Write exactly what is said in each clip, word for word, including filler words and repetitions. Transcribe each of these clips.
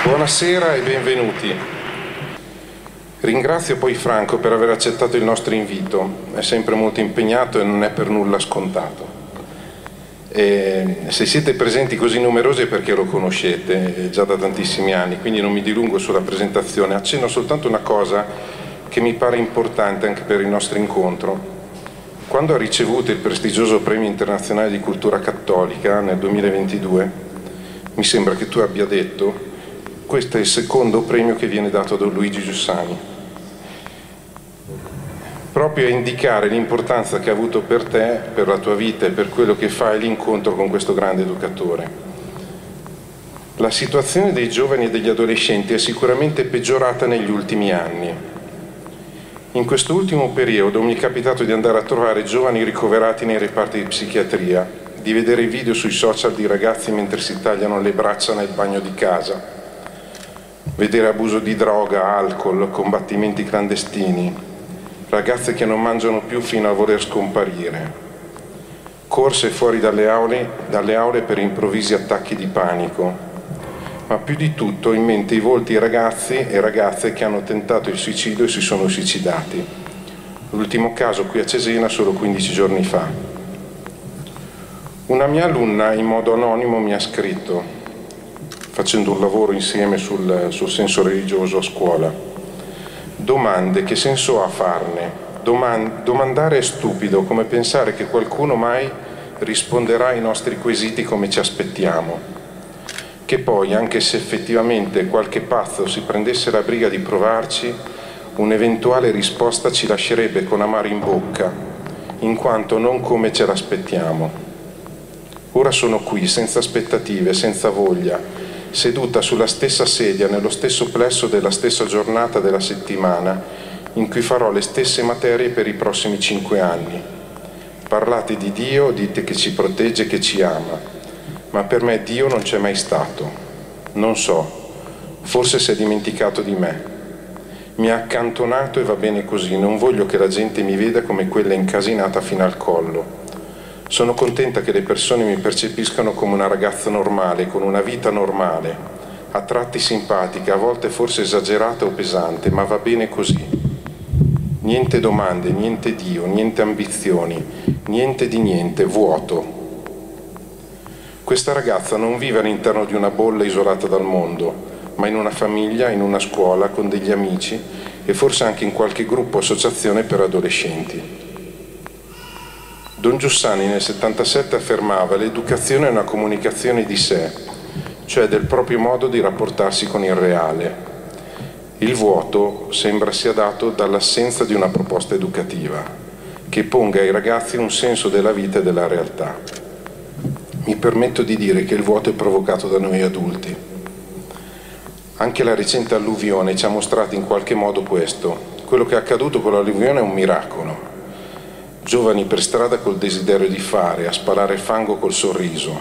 Buonasera e benvenuti. Ringrazio poi Franco per aver accettato il nostro invito, è sempre molto impegnato e non è per nulla scontato. E se siete presenti così numerosi è perché lo conoscete già da tantissimi anni, quindi non mi dilungo sulla presentazione, accenno soltanto una cosa che mi pare importante anche per il nostro incontro. Quando ha ricevuto il prestigioso Premio Internazionale di Cultura Cattolica nel duemilaventidue, mi sembra che tu abbia detto: questo è il secondo premio che viene dato a Don Luigi Giussani, proprio a indicare l'importanza che ha avuto per te, per la tua vita e per quello che fai l'incontro con questo grande educatore. La situazione dei giovani e degli adolescenti è sicuramente peggiorata negli ultimi anni. In quest'ultimo periodo mi è capitato di andare a trovare giovani ricoverati nei reparti di psichiatria, di vedere i video sui social di ragazzi mentre si tagliano le braccia nel bagno di casa, vedere abuso di droga, alcol, combattimenti clandestini, ragazze che non mangiano più fino a voler scomparire, corse fuori dalle aule, dalle aule per improvvisi attacchi di panico, ma più di tutto ho in mente i volti di ragazzi e ragazze che hanno tentato il suicidio e si sono suicidati. L'ultimo caso qui a Cesena solo quindici giorni fa. Una mia alunna in modo anonimo mi ha scritto, facendo un lavoro insieme sul, sul senso religioso a scuola: domande, che senso ha farne? Doman- domandare è stupido, come pensare che qualcuno mai risponderà ai nostri quesiti come ci aspettiamo. Che poi, anche se effettivamente qualche pazzo si prendesse la briga di provarci, un'eventuale risposta ci lascerebbe con amaro in bocca, in quanto non come ce l'aspettiamo. Ora sono qui, senza aspettative, senza voglia, seduta sulla stessa sedia, nello stesso plesso della stessa giornata della settimana, in cui farò le stesse materie per i prossimi cinque anni. Parlate di Dio, dite che ci protegge, che ci ama, ma per me Dio non c'è mai stato. Non so, forse si è dimenticato di me. Mi ha accantonato e va bene così, non voglio che la gente mi veda come quella incasinata fino al collo. Sono contenta che le persone mi percepiscano come una ragazza normale, con una vita normale, a tratti simpatica, a volte forse esagerata o pesante, ma va bene così. Niente domande, niente Dio, niente ambizioni, niente di niente, vuoto. Questa ragazza non vive all'interno di una bolla isolata dal mondo, ma in una famiglia, in una scuola, con degli amici e forse anche in qualche gruppo o associazione per adolescenti. Don Giussani nel settantasette affermava: l'educazione è una comunicazione di sé, cioè del proprio modo di rapportarsi con il reale. Il vuoto sembra sia dato dall'assenza di una proposta educativa che ponga ai ragazzi un senso della vita e della realtà. Mi permetto di dire che il vuoto è provocato da noi adulti. Anche la recente alluvione ci ha mostrato in qualche modo questo. Quello che è accaduto con l'alluvione è un miracolo. Giovani per strada col desiderio di fare, a spalare fango col sorriso.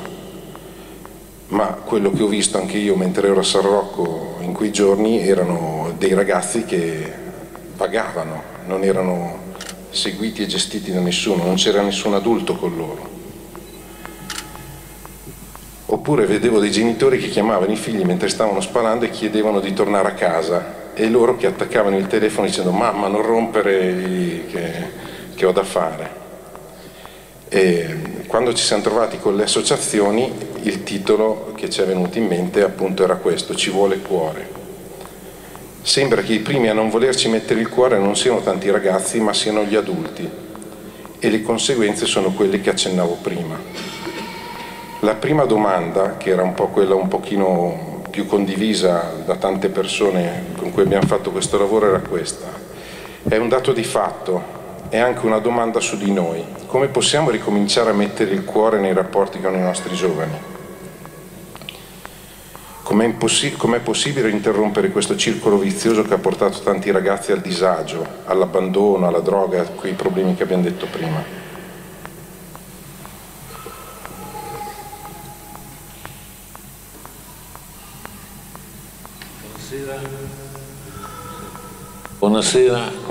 Ma quello che ho visto anche io mentre ero a San Rocco in quei giorni erano dei ragazzi che vagavano, non erano seguiti e gestiti da nessuno, non c'era nessun adulto con loro. Oppure vedevo dei genitori che chiamavano i figli mentre stavano spalando e chiedevano di tornare a casa, e loro che attaccavano il telefono dicendo: mamma, non rompere che... che ho da fare. E quando ci siamo trovati con le associazioni, il titolo che ci è venuto in mente appunto era questo: ci vuole cuore. Sembra che i primi a non volerci mettere il cuore non siano tanti ragazzi, ma siano gli adulti, e le conseguenze sono quelle che accennavo prima. La prima domanda, che era un po' quella un pochino più condivisa da tante persone con cui abbiamo fatto questo lavoro, era questa: è un dato di fatto, è anche una domanda su di noi. Come possiamo ricominciare a mettere il cuore nei rapporti con i nostri giovani? Com'è, impossi- com'è possibile interrompere questo circolo vizioso che ha portato tanti ragazzi al disagio, all'abbandono, alla droga, a quei problemi che abbiamo detto prima? Buonasera. Buonasera.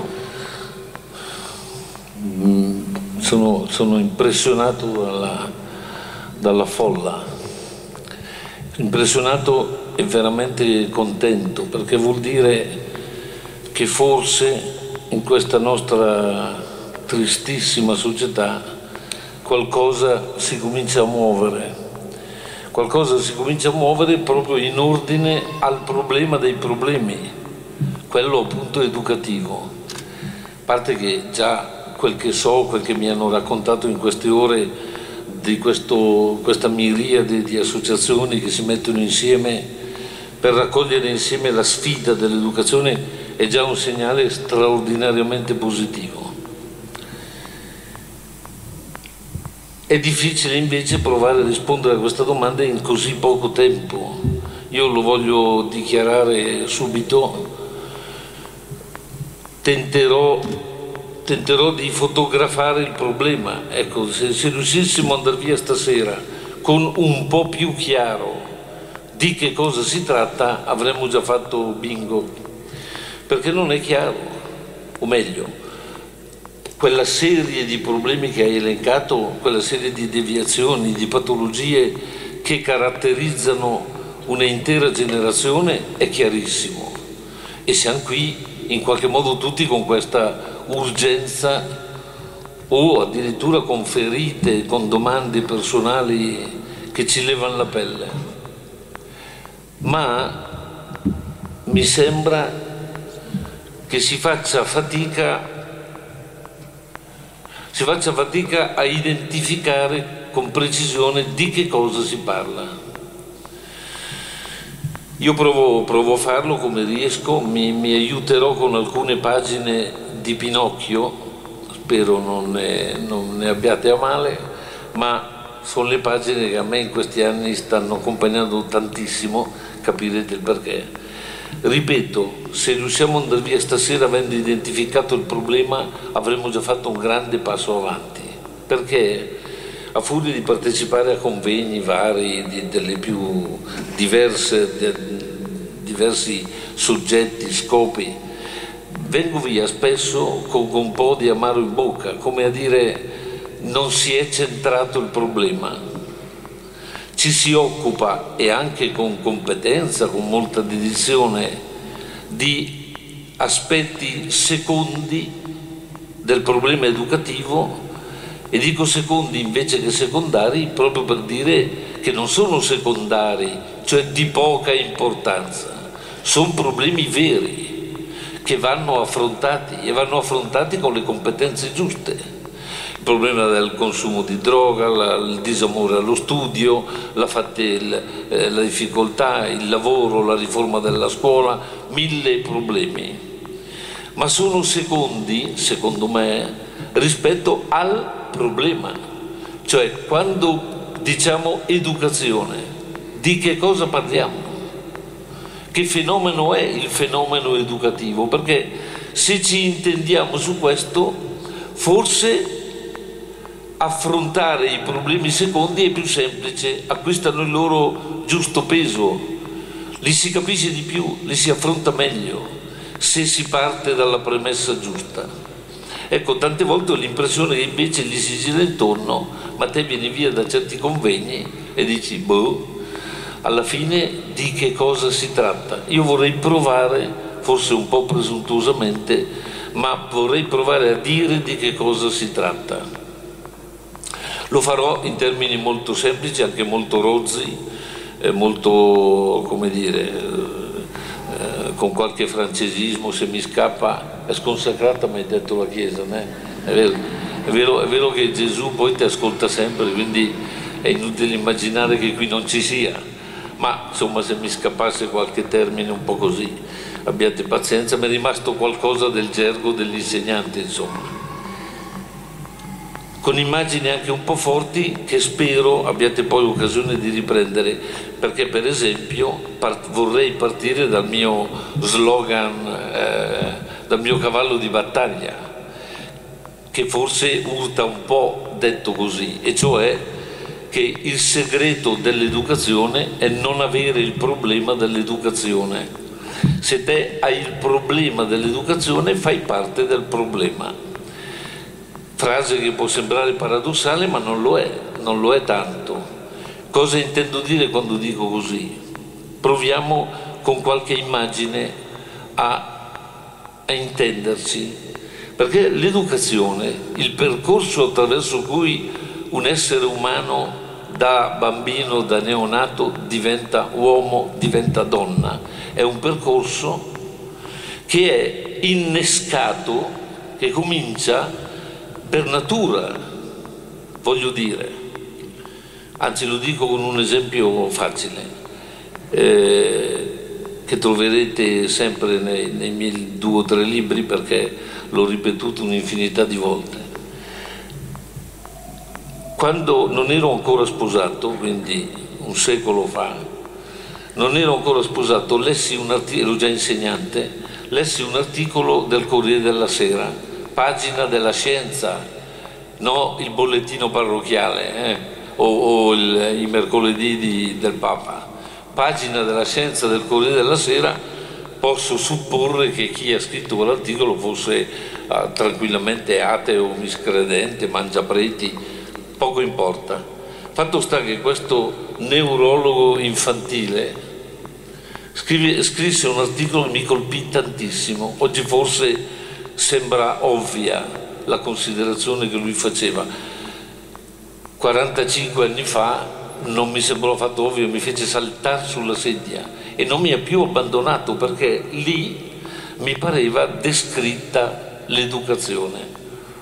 Sono, sono impressionato dalla, dalla folla, impressionato è veramente contento, perché vuol dire che forse in questa nostra tristissima società qualcosa si comincia a muovere, qualcosa si comincia a muovere proprio in ordine al problema dei problemi, quello appunto educativo. A parte che già quel che so, quel che mi hanno raccontato in queste ore di questo, questa miriade di associazioni che si mettono insieme per raccogliere insieme la sfida dell'educazione, è già un segnale straordinariamente positivo. È difficile invece provare a rispondere a questa domanda in così poco tempo. Io lo voglio dichiarare subito, tenterò, tenterò di fotografare il problema. Ecco, se, se riuscissimo ad andare via stasera con un po' più chiaro di che cosa si tratta, avremmo già fatto bingo, perché non è chiaro, o meglio, quella serie di problemi che hai elencato, quella serie di deviazioni, di patologie che caratterizzano un'intera generazione è chiarissimo, e siamo qui in qualche modo tutti con questa urgenza o addirittura con ferite, con domande personali che ci levano la pelle. Ma mi sembra che si faccia fatica si faccia fatica a identificare con precisione di che cosa si parla. Io provo, provo a farlo come riesco, mi, mi aiuterò con alcune pagine di Pinocchio, spero non ne, non ne abbiate a male, ma sono le pagine che a me in questi anni stanno accompagnando tantissimo, capirete il perché. Ripeto, se riusciamo ad andare via stasera avendo identificato il problema, avremmo già fatto un grande passo avanti, perché a furia di partecipare a convegni vari di, delle più diverse de, diversi soggetti, scopi, vengo via spesso con, con un po' di amaro in bocca, come a dire non si è centrato il problema. Ci si occupa, e anche con competenza, con molta dedizione, di aspetti secondi del problema educativo, e dico secondi invece che secondari proprio per dire che non sono secondari, cioè di poca importanza, sono problemi veri che vanno affrontati, e vanno affrontati con le competenze giuste. Il problema del consumo di droga, la, il disamore allo studio, la, fatte, eh, la difficoltà, il lavoro, la riforma della scuola, mille problemi. Ma sono secondi, secondo me, rispetto al problema. Cioè, quando diciamo educazione, di che cosa parliamo? Che fenomeno è il fenomeno educativo? Perché se ci intendiamo su questo, forse affrontare i problemi secondi è più semplice, acquistano il loro giusto peso, li si capisce di più, li si affronta meglio se si parte dalla premessa giusta. Ecco, tante volte ho l'impressione che invece gli si gira intorno, ma te vieni via da certi convegni e dici, boh, alla fine di che cosa si tratta? Io vorrei provare, forse un po' presuntuosamente, ma vorrei provare a dire di che cosa si tratta. Lo farò in termini molto semplici, anche molto rozzi, eh, molto, come dire, eh, con qualche francesismo, se mi scappa. È sconsacrata, mi hai detto la Chiesa, né? È vero, è vero, è vero che Gesù poi ti ascolta sempre, quindi è inutile immaginare che qui non ci sia, ma insomma, se mi scappasse qualche termine un po' così, abbiate pazienza, mi è rimasto qualcosa del gergo dell'insegnante, insomma, con immagini anche un po' forti che spero abbiate poi l'occasione di riprendere, perché per esempio part- vorrei partire dal mio slogan, eh, dal mio cavallo di battaglia, che forse urta un po' detto così, e cioè che il segreto dell'educazione è non avere il problema dell'educazione. Se te hai il problema dell'educazione, fai parte del problema. Frase che può sembrare paradossale, ma non lo è, non lo è tanto. Cosa intendo dire quando dico così? proviamo con qualche immagine a, a intenderci, perché l'educazione, il percorso attraverso cui un essere umano da bambino, da neonato diventa uomo, diventa donna, è un percorso che è innescato, che comincia per natura, voglio dire, anzi lo dico con un esempio facile, eh, che troverete sempre nei, nei miei due o tre libri, perché l'ho ripetuto un'infinità di volte. Quando non ero ancora sposato, quindi un secolo fa, non ero ancora sposato, lessi un articolo, ero già insegnante, lessi un articolo del Corriere della Sera, pagina della Scienza, no il bollettino parrocchiale eh, o, o il, i mercoledì di, del Papa, pagina della Scienza del Corriere della Sera. Posso supporre che chi ha scritto quell'articolo fosse eh, tranquillamente ateo, miscredente, mangiapreti, poco importa. Fatto sta che questo neurologo infantile scrive, scrisse un articolo che mi colpì tantissimo. Oggi forse sembra ovvia la considerazione che lui faceva. quarantacinque anni fa non mi sembrò affatto ovvio, mi fece saltare sulla sedia e non mi ha più abbandonato, perché lì mi pareva descritta l'educazione.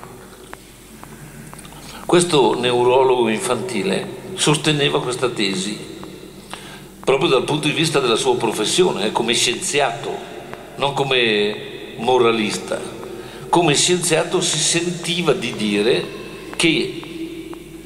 Questo neurologo infantile sosteneva questa tesi proprio dal punto di vista della sua professione, eh, come scienziato, non come moralista. Come scienziato si sentiva di dire che,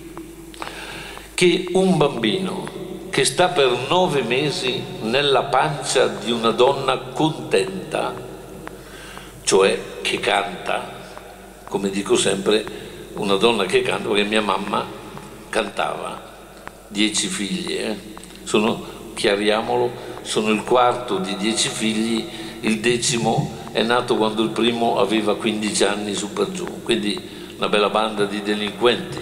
che un bambino che sta per nove mesi nella pancia di una donna contenta, cioè che canta, come dico sempre, una donna che canta, perché mia mamma cantava, dieci figli, eh? sono, chiariamolo, sono il quarto di dieci figli, il decimo è nato quando il primo aveva quindici anni su per giù, quindi una bella banda di delinquenti.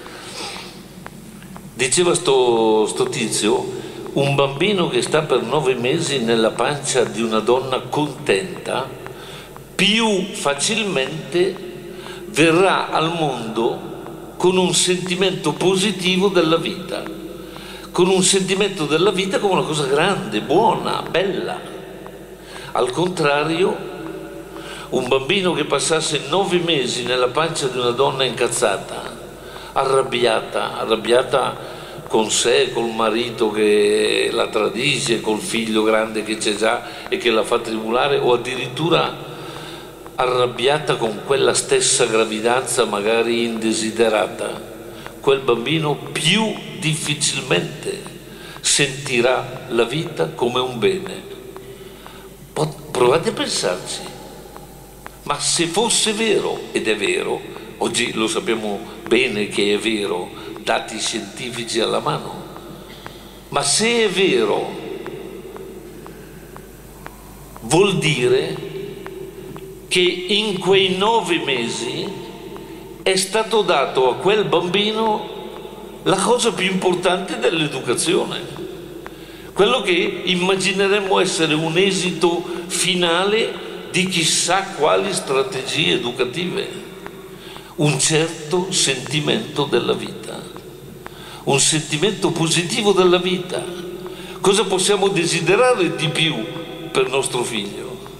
Diceva sto, sto tizio, un bambino che sta per nove mesi nella pancia di una donna contenta più facilmente verrà al mondo con un sentimento positivo della vita, con un sentimento della vita come una cosa grande, buona, bella. Al contrario, un bambino che passasse nove mesi nella pancia di una donna incazzata, arrabbiata, arrabbiata con sé, col marito che la tradisce, col figlio grande che c'è già e che la fa tribulare, o addirittura arrabbiata con quella stessa gravidanza magari indesiderata, quel bambino più difficilmente sentirà la vita come un bene. Provate a pensarci, ma se fosse vero, ed è vero, oggi lo sappiamo bene che è vero, dati scientifici alla mano, ma se è vero vuol dire che in quei nove mesi è stato dato a quel bambino la cosa più importante dell'educazione, quello che immagineremmo essere un esito finale di chissà quali strategie educative, un certo sentimento della vita, un sentimento positivo della vita. Cosa possiamo desiderare di più per nostro figlio?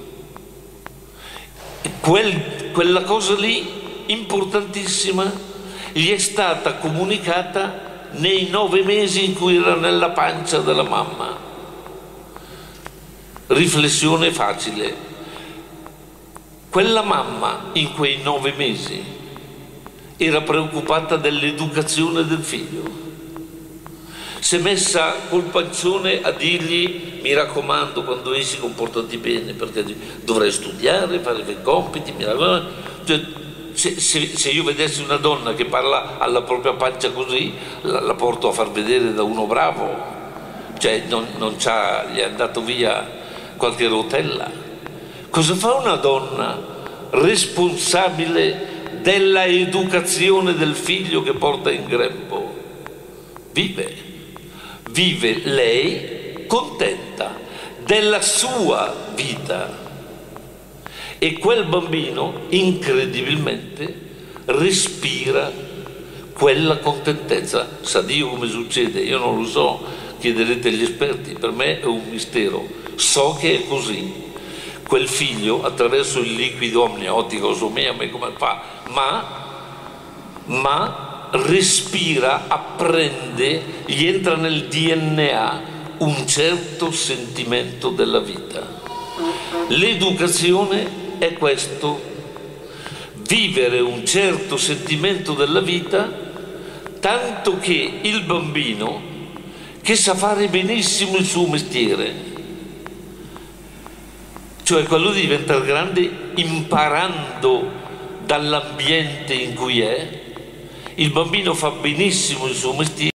Quel, quella cosa lì importantissima gli è stata comunicata nei nove mesi in cui era nella pancia della mamma. Riflessione facile: quella mamma in quei nove mesi era preoccupata dell'educazione del figlio, si è messa col pancione a dirgli: mi raccomando, quando esci comportati bene, perché dovrai studiare, fare i compiti, mi raccomando. Cioè, se, se, se io vedessi una donna che parla alla propria pancia così, la, la porto a far vedere da uno bravo, cioè non, non c'ha, gli è andato via qualche rotella. Cosa fa una donna responsabile della educazione del figlio che porta in grembo? Vive, vive lei contenta della sua vita. E quel bambino incredibilmente respira quella contentezza. Sa Dio come succede? Io non lo so, chiederete agli esperti, per me è un mistero. So che è così. Quel figlio, attraverso il liquido amniotico, somea me come fa, ma, ma respira, apprende, gli entra nel D N A un certo sentimento della vita. L'educazione è questo, vivere un certo sentimento della vita, tanto che il bambino, che sa fare benissimo il suo mestiere, cioè quello di diventare grande imparando dall'ambiente in cui è, il bambino fa benissimo il suo mestiere,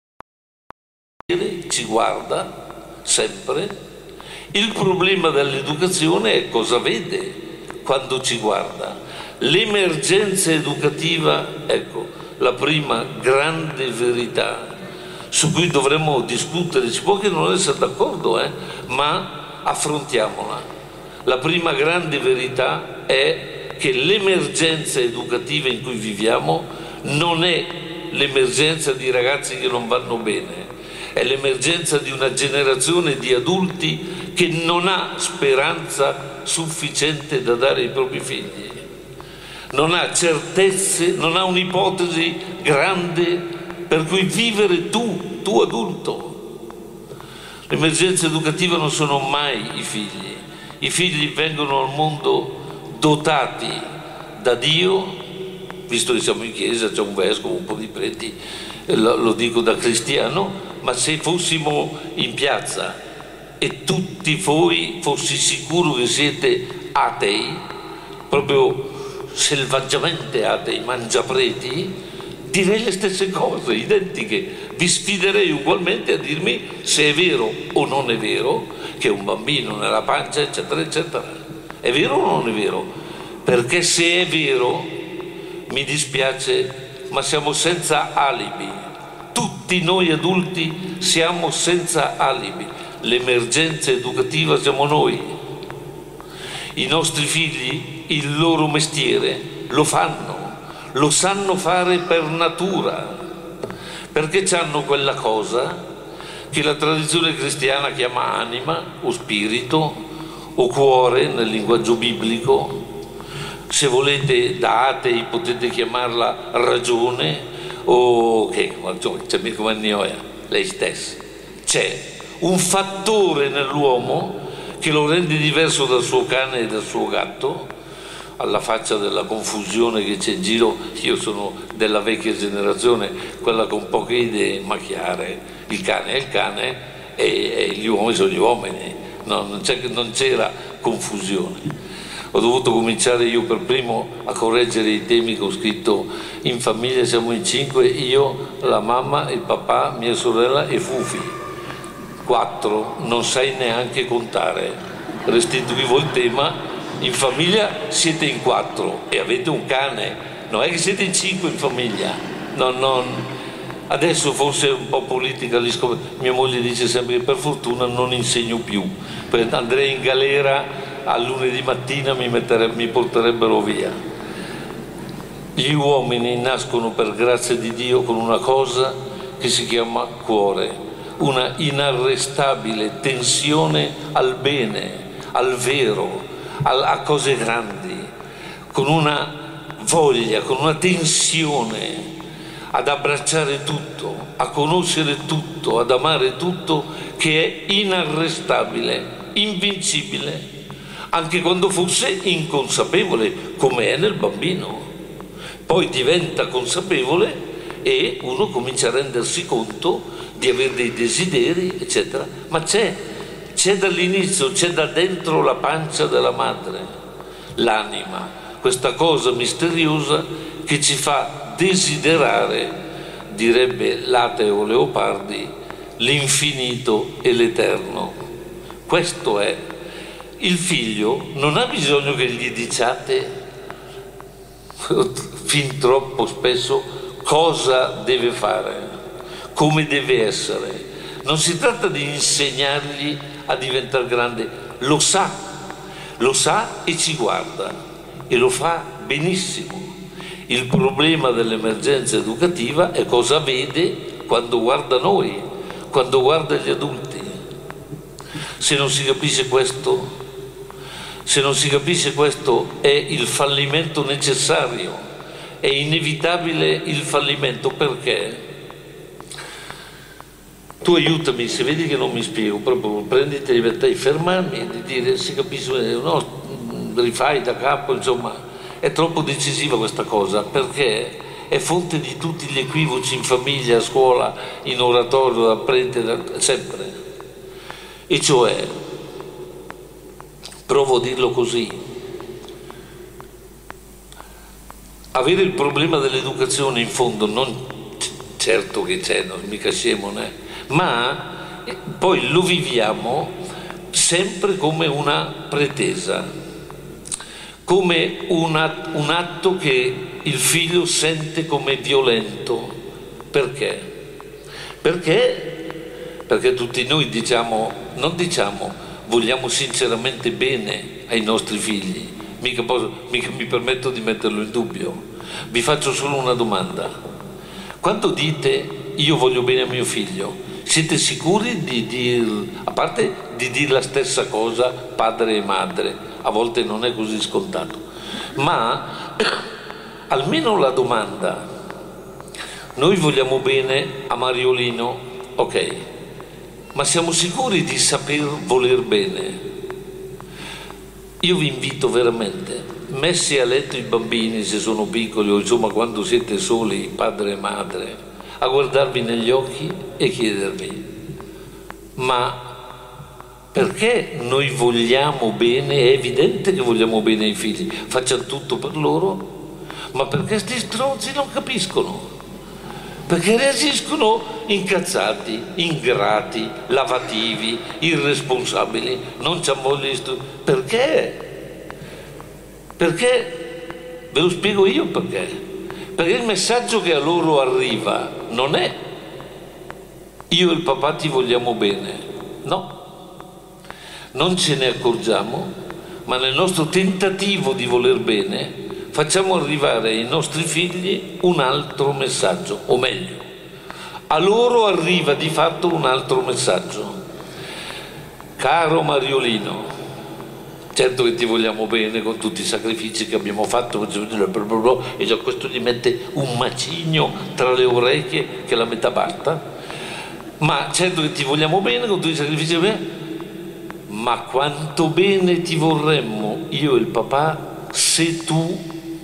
ci guarda sempre. Il problema dell'educazione è cosa vede quando ci guarda. L'emergenza educativa, ecco, la prima grande verità su cui dovremmo discutere, si può che non essere d'accordo, eh, ma affrontiamola. La prima grande verità è che l'emergenza educativa in cui viviamo non è l'emergenza di ragazzi che non vanno bene, è l'emergenza di una generazione di adulti che non ha speranza sufficiente da dare ai propri figli, non ha certezze, non ha un'ipotesi grande per cui vivere tu, tu adulto. L'emergenza educativa non sono mai i figli. I figli vengono al mondo dotati da Dio, visto che siamo in chiesa, c'è un vescovo, un po' di preti, lo, lo dico da cristiano, ma se fossimo in piazza e tutti voi fossi sicuro che siete atei, proprio selvaggiamente atei, mangiapreti, direi le stesse cose, identiche. Vi sfiderei ugualmente a dirmi se è vero o non è vero che un bambino nella pancia, eccetera, eccetera. È vero o non è vero? Perché se è vero, mi dispiace, ma siamo senza alibi. Tutti noi adulti siamo senza alibi. L'emergenza educativa siamo noi. I nostri figli il loro mestiere lo fanno, lo sanno fare per natura, perché hanno quella cosa che la tradizione cristiana chiama anima o spirito o cuore nel linguaggio biblico. Se volete, da atei potete chiamarla ragione o che, c'è mica come lei stessa. C'è un fattore nell'uomo che lo rende diverso dal suo cane e dal suo gatto, alla faccia della confusione che c'è in giro. Io sono della vecchia generazione, quella con poche idee ma chiare. Il cane è il cane e, e gli uomini sono gli uomini, no, non, c'è, non c'era confusione. Ho dovuto cominciare io per primo a correggere i temi che ho scritto. In famiglia siamo in cinque, io, la mamma, il papà, mia sorella e Fufi. Quattro, non sai neanche contare. Restituivo il tema. In famiglia siete in quattro e avete un cane, non è che siete in cinque in famiglia. No, non. Adesso forse è un po' politica, mia moglie dice sempre che per fortuna non insegno più, perché andrei in galera a lunedì mattina, mi, mi porterebbero via. Gli uomini nascono per grazia di Dio con una cosa che si chiama cuore, una inarrestabile tensione al bene, al vero, a cose grandi, con una voglia, con una tensione ad abbracciare tutto, a conoscere tutto, ad amare tutto, che è inarrestabile, invincibile, anche quando fosse inconsapevole, come è nel bambino. Poi diventa consapevole e uno comincia a rendersi conto di avere dei desideri, eccetera, ma c'è C'è dall'inizio, c'è da dentro la pancia della madre, l'anima, questa cosa misteriosa che ci fa desiderare, direbbe l'ateo Leopardi, l'infinito e l'eterno. Questo è. Il figlio non ha bisogno che gli diciate fin troppo spesso cosa deve fare, come deve essere. Non si tratta di insegnargli a diventare grande, lo sa, lo sa e ci guarda e lo fa benissimo. Il problema dell'emergenza educativa è cosa vede quando guarda noi, quando guarda gli adulti. Se non si capisce questo, se non si capisce questo è il fallimento necessario, è inevitabile il fallimento. Perché? Tu aiutami, se vedi che non mi spiego, proprio prenditi la libertà di fermarmi e di dire si capisce, no, rifai da capo, insomma, è troppo decisiva questa cosa, perché è fonte di tutti gli equivoci in famiglia, a scuola, in oratorio, da prendere sempre. E cioè, provo a dirlo così, avere il problema dell'educazione in fondo non certo che c'è, non mica scemo, né? Ma poi lo viviamo sempre come una pretesa, come una, un atto che il figlio sente come violento. Perché? Perché? Perché tutti noi diciamo, non diciamo, vogliamo sinceramente bene ai nostri figli, mica, posso, mica mi permetto di metterlo in dubbio. Vi faccio solo una domanda: quando dite io voglio bene a mio figlio, siete sicuri di dir, a parte di dire la stessa cosa padre e madre, a volte non è così scontato, ma almeno la domanda, noi vogliamo bene a Mariolino, ok, ma siamo sicuri di saper voler bene? Io vi invito veramente, messi a letto i bambini se sono piccoli o insomma quando siete soli padre e madre, a guardarvi negli occhi e chiedervi: ma perché noi vogliamo bene? È evidente che vogliamo bene ai figli, facciamo tutto per loro, ma perché sti stronzi non capiscono? Perché reagiscono incazzati, ingrati, lavativi, irresponsabili, non c'hanno voglia di studiare. Perché? Perché? Ve lo spiego io perché. Perché il messaggio che a loro arriva non è io e il papà ti vogliamo bene, no, non ce ne accorgiamo, ma nel nostro tentativo di voler bene facciamo arrivare ai nostri figli un altro messaggio, o meglio, a loro arriva di fatto un altro messaggio. Caro Mariolino, certo che ti vogliamo bene con tutti i sacrifici che abbiamo fatto, e già questo gli mette un macigno tra le orecchie che la metà basta, ma certo che ti vogliamo bene con tutti i sacrifici, ma quanto bene ti vorremmo io e il papà se tu,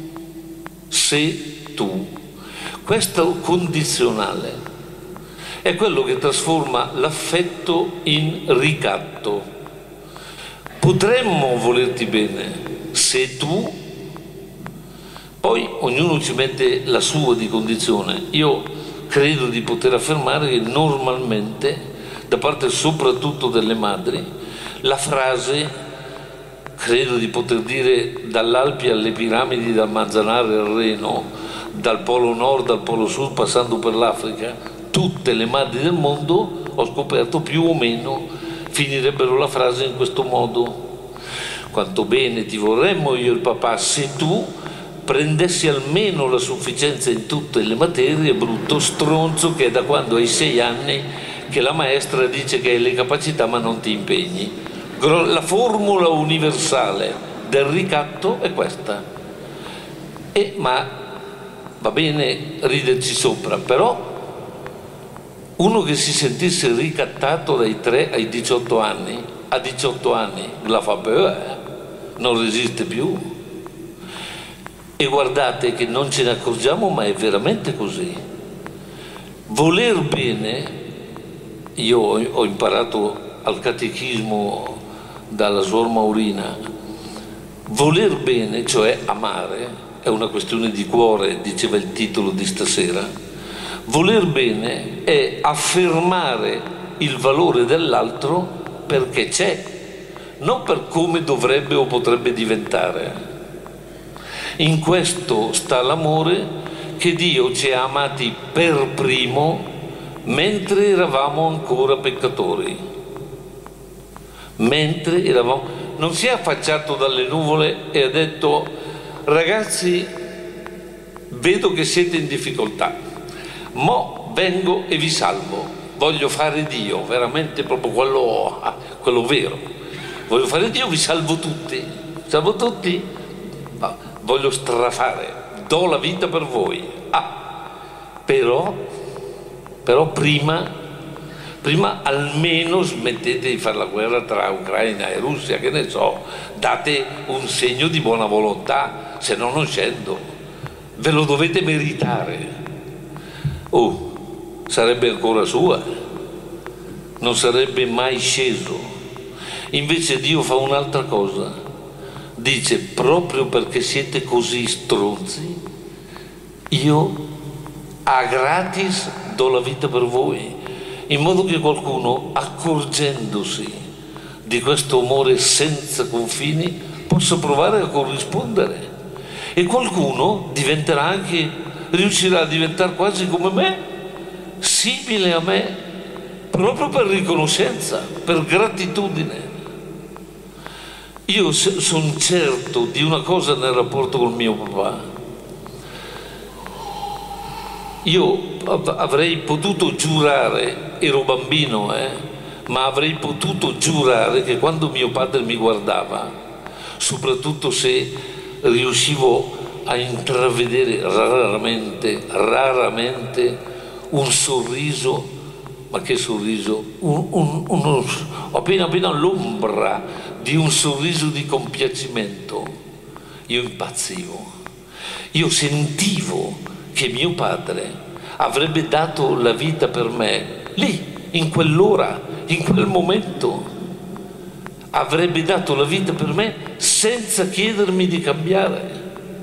se tu, questo condizionale è quello che trasforma l'affetto in ricatto. Potremmo volerti bene se tu, poi ognuno ci mette la sua di condizione. Io credo di poter affermare che normalmente, da parte soprattutto delle madri, la frase, credo di poter dire dall'Alpi alle piramidi, dal Manzanare al Reno, dal Polo Nord al Polo Sud, passando per l'Africa, tutte le madri del mondo, ho scoperto più o meno, finirebbero la frase in questo modo: quanto bene ti vorremmo io e il papà se tu prendessi almeno la sufficienza in tutte le materie, brutto stronzo che è da quando hai sei anni che la maestra dice che hai le capacità ma non ti impegni. La formula universale del ricatto è questa. E, ma va bene riderci sopra, però uno che si sentisse ricattato dai tre ai diciotto anni, a diciotto anni la fa peur, non resiste più. E guardate che non ce ne accorgiamo, ma è veramente così. Voler bene, io ho imparato al catechismo dalla Suor Maurina, voler bene, cioè amare, è una questione di cuore, diceva il titolo di stasera. Voler bene è affermare il valore dell'altro perché c'è, non per come dovrebbe o potrebbe diventare. In questo sta l'amore che Dio ci ha amati per primo mentre eravamo ancora peccatori, mentre eravamo, non si è affacciato dalle nuvole e ha detto: ragazzi, vedo che siete in difficoltà, mo vengo e vi salvo, voglio fare Dio, veramente proprio quello, quello vero, voglio fare Dio, vi salvo tutti, salvo tutti, ma voglio strafare, do la vita per voi. Ah, però, però prima, prima almeno smettete di fare la guerra tra Ucraina e Russia, che ne so, date un segno di buona volontà, se no non scendo, ve lo dovete meritare. Oh, sarebbe ancora sua, non sarebbe mai sceso. Invece Dio fa un'altra cosa, dice: proprio perché siete così stronzi, io a gratis do la vita per voi, in modo che qualcuno, accorgendosi di questo amore senza confini, possa provare a corrispondere, e qualcuno diventerà anche, riuscirà a diventare quasi come me, simile a me, proprio per riconoscenza, per gratitudine. Io sono certo di una cosa nel rapporto col mio papà. Io avrei potuto giurare, ero bambino, eh, ma avrei potuto giurare che quando mio padre mi guardava, soprattutto se riuscivo a intravedere raramente, raramente un sorriso, ma che sorriso, un, un, uno, appena appena l'ombra di un sorriso di compiacimento, io impazzivo. Io sentivo che mio padre avrebbe dato la vita per me lì, in quell'ora, in quel momento, avrebbe dato la vita per me senza chiedermi di cambiare.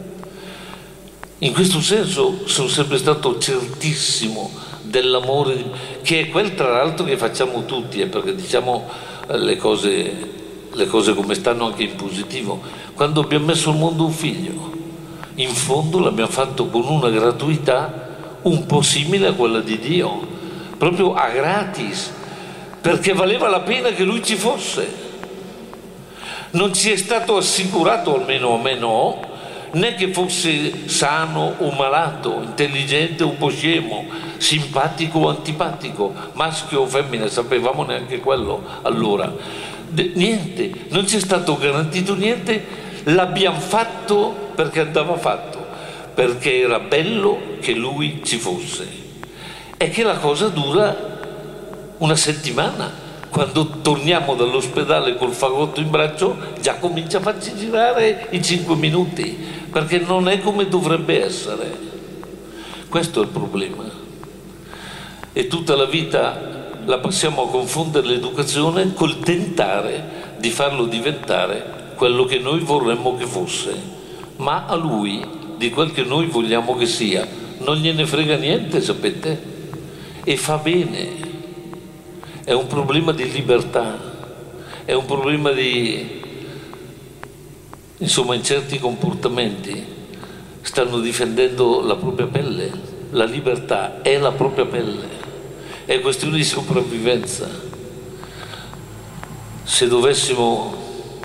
In questo senso sono sempre stato certissimo dell'amore, che è quel tra l'altro che facciamo tutti, eh, perché diciamo le cose, le cose come stanno anche in positivo. Quando abbiamo messo al mondo un figlio, in fondo l'abbiamo fatto con una gratuità un po' simile a quella di Dio, proprio a gratis, perché valeva la pena che lui ci fosse. Non ci è stato assicurato, almeno a me no, né che fosse sano o malato, intelligente o un po' scemo, simpatico o antipatico, maschio o femmina, sapevamo neanche quello allora. De- niente, non ci è stato garantito niente, l'abbiamo fatto perché andava fatto, perché era bello che lui ci fosse. E che la cosa dura una settimana. Quando torniamo dall'ospedale col fagotto in braccio già comincia a farci girare i cinque minuti, perché non è come dovrebbe essere. Questo è il problema. E tutta la vita la passiamo a confondere l'educazione col tentare di farlo diventare quello che noi vorremmo che fosse, ma a lui di quel che noi vogliamo che sia non gliene frega niente, sapete? E fa bene. È un problema di libertà, è un problema di, insomma, in certi comportamenti stanno difendendo la propria pelle. La libertà è la propria pelle, è questione di sopravvivenza. Se dovessimo,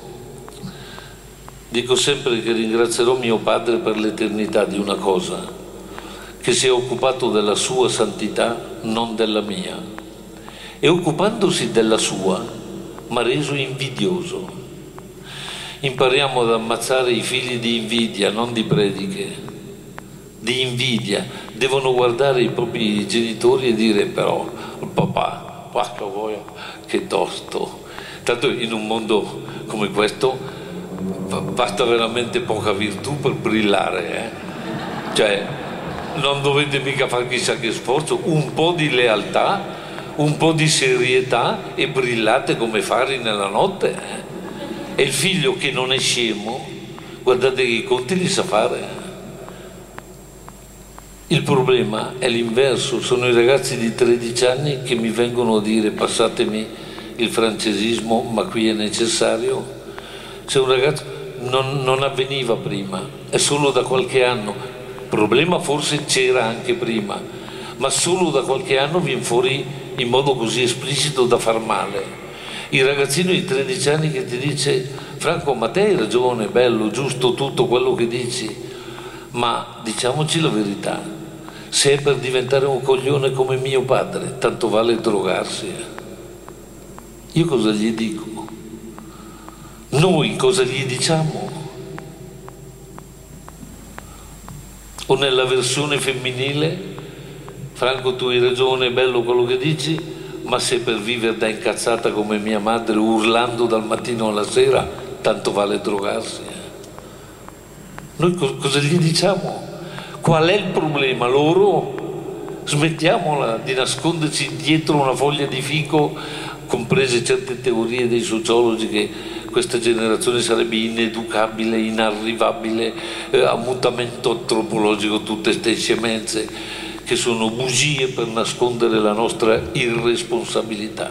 dico sempre che ringrazierò mio padre per l'eternità di una cosa, che si è occupato della sua santità, non della mia. E occupandosi della sua, mi ha reso invidioso. Impariamo ad ammazzare i figli di invidia, non di prediche, di invidia. Devono guardare i propri genitori e dire: però il papà, porca voglia, che tosto. Tanto in un mondo come questo basta veramente poca virtù per brillare, eh? Cioè, non dovete mica fare chissà che sforzo, un po' di lealtà, un po' di serietà e brillate come fari nella notte, eh? E il figlio che non è scemo, guardate che i conti li sa fare. Il problema è l'inverso, sono i ragazzi di tredici anni che mi vengono a dire, passatemi il francesismo, ma qui è necessario. Se un ragazzo non, non avveniva prima, è solo da qualche anno, il problema forse c'era anche prima, ma solo da qualche anno viene fuori in modo così esplicito da far male. Il ragazzino di tredici anni che ti dice: Franco, ma te hai ragione, bello, giusto tutto quello che dici, ma diciamoci la verità, se è per diventare un coglione come mio padre, tanto vale drogarsi. Io cosa gli dico? Noi cosa gli diciamo? O nella versione femminile: Franco, tu hai ragione, è bello quello che dici, ma se per vivere da incazzata come mia madre, urlando dal mattino alla sera, tanto vale drogarsi. Noi co- cosa gli diciamo? Qual è il problema? Loro? Smettiamola di nasconderci dietro una foglia di fico, comprese certe teorie dei sociologi che questa generazione sarebbe ineducabile, inarrivabile, eh, a mutamento antropologico, tutte ste scemenze che sono bugie per nascondere la nostra irresponsabilità.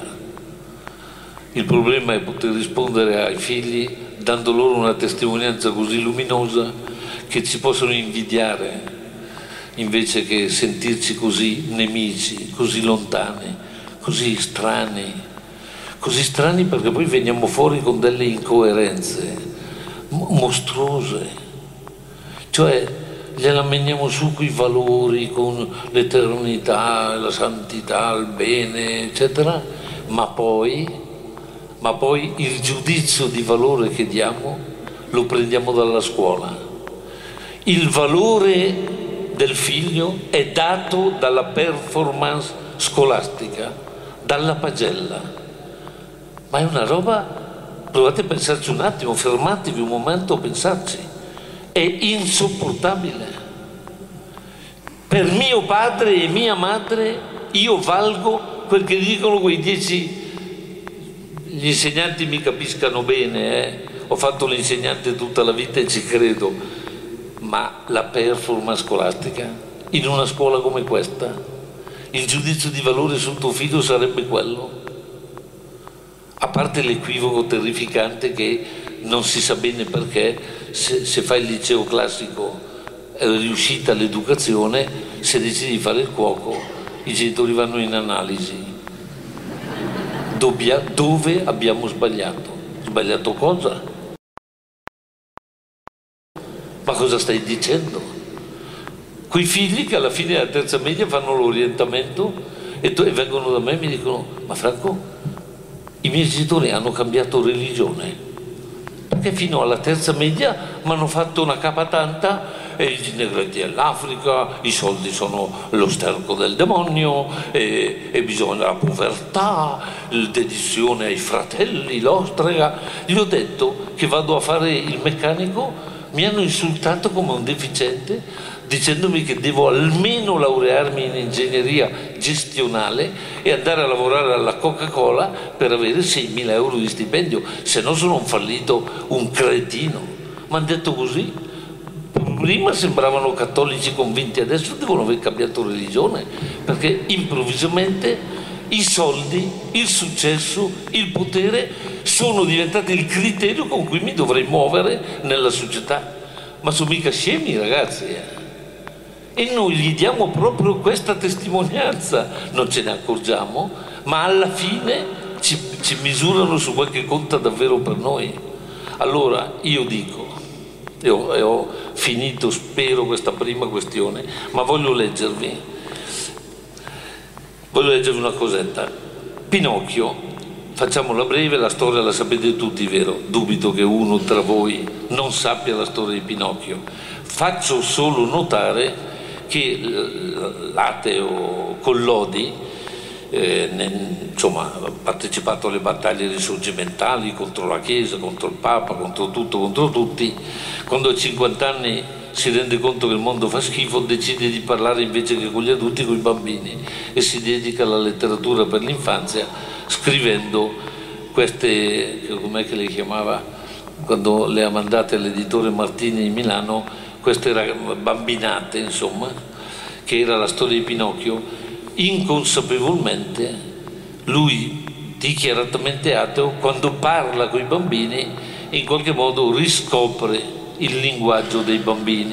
Il problema è poter rispondere ai figli dando loro una testimonianza così luminosa che ci possono invidiare, invece che sentirci così nemici, così lontani, così strani, così strani perché poi veniamo fuori con delle incoerenze mostruose, cioè gliela meniamo su con i valori, con l'eternità, la santità, il bene, eccetera, ma poi, ma poi il giudizio di valore che diamo lo prendiamo dalla scuola. Il valore del figlio è dato dalla performance scolastica, dalla pagella, ma è una roba, provate a pensarci un attimo, fermatevi un momento a pensarci. È insopportabile. Per mio padre e mia madre io valgo quel che dicono quei dieci. Gli insegnanti mi capiscano bene, eh? Ho fatto l'insegnante tutta la vita e ci credo, ma la performance scolastica in una scuola come questa, il giudizio di valore sul tuo figlio sarebbe quello, a parte l'equivoco terrificante che non si sa bene perché se, se fai il liceo classico è riuscita l'educazione, se decidi di fare il cuoco i genitori vanno in analisi. Dobbia, dove abbiamo sbagliato? Sbagliato cosa? Ma cosa stai dicendo? Quei figli che alla fine della terza media fanno l'orientamento e, tu, e vengono da me e mi dicono: ma Franco, i miei genitori hanno cambiato religione, perché fino alla terza media mi hanno fatto una capa tanta, e i negretti dell'Africa, i soldi sono lo sterco del demonio, e, e bisogna la povertà, la dedizione ai fratelli, l'ostrega. Gli ho detto che vado a fare il meccanico, mi hanno insultato come un deficiente, dicendomi che devo almeno laurearmi in ingegneria gestionale e andare a lavorare alla Coca-Cola per avere seimila euro di stipendio, se no sono un fallito, un cretino. Mi hanno detto così. Prima sembravano cattolici convinti, adesso devono aver cambiato religione, perché improvvisamente i soldi, il successo, il potere sono diventati il criterio con cui mi dovrei muovere nella società. Ma sono mica scemi, ragazzi, eh? E noi gli diamo proprio questa testimonianza, non ce ne accorgiamo, ma alla fine ci, ci misurano su quel che conta davvero per noi. Allora io dico, e ho, e ho finito, spero, questa prima questione, ma voglio leggervi, voglio leggervi una cosetta. Pinocchio, facciamola breve, la storia la sapete tutti, vero? Dubito che uno tra voi non sappia la storia di Pinocchio. Faccio solo notare che l'ateo Collodi, eh, ne, insomma, ha partecipato alle battaglie risorgimentali contro la Chiesa, contro il Papa, contro tutto, contro tutti. Quando a cinquanta anni si rende conto che il mondo fa schifo, decide di parlare invece che con gli adulti, con i bambini, e si dedica alla letteratura per l'infanzia, scrivendo queste, com'è che le chiamava, quando le ha mandate all'editore Martini di Milano, queste bambinate, insomma, che era la storia di Pinocchio. Inconsapevolmente lui, dichiaratamente ateo, quando parla con i bambini in qualche modo riscopre il linguaggio dei bambini,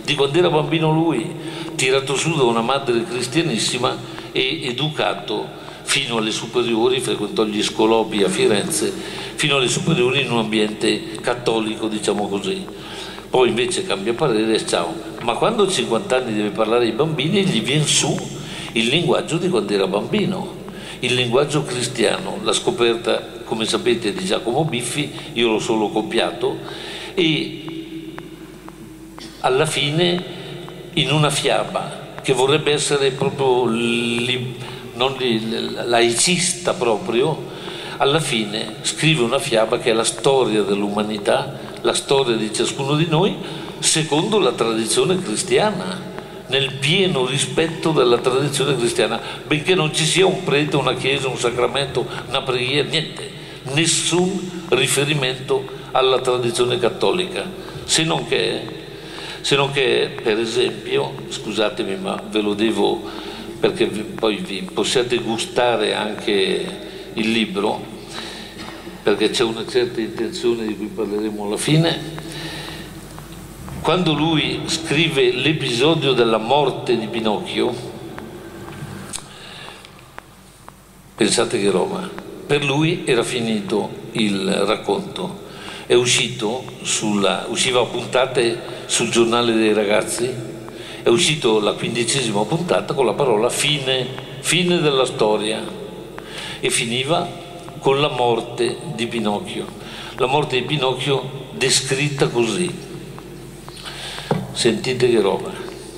di quando era bambino lui, tirato su da una madre cristianissima e educato fino alle superiori, frequentò gli scolopi a Firenze, fino alle superiori in un ambiente cattolico, diciamo così. Poi invece cambia parere e ciao. Ma quando a cinquanta anni deve parlare ai bambini, gli viene su il linguaggio di quando era bambino, il linguaggio cristiano, la scoperta, come sapete, di Giacomo Biffi, io l'ho solo copiato, e alla fine in una fiaba che vorrebbe essere proprio li, non li, laicista proprio, alla fine scrive una fiaba che è la storia dell'umanità, la storia di ciascuno di noi secondo la tradizione cristiana, nel pieno rispetto della tradizione cristiana, benché non ci sia un prete, una chiesa, un sacramento, una preghiera, niente, nessun riferimento alla tradizione cattolica, se non che, se non che per esempio, scusatemi ma ve lo devo perché poi vi possiate gustare anche il libro, perché c'è una certa intenzione di cui parleremo alla fine. Quando lui scrive l'episodio della morte di Pinocchio, pensate che roba, per lui era finito il racconto, è uscito sulla, usciva a puntate sul giornale dei ragazzi, è uscito la quindicesima puntata con la parola fine, fine della storia, e finiva con la morte di Pinocchio. La morte di Pinocchio descritta così. Sentite che roba.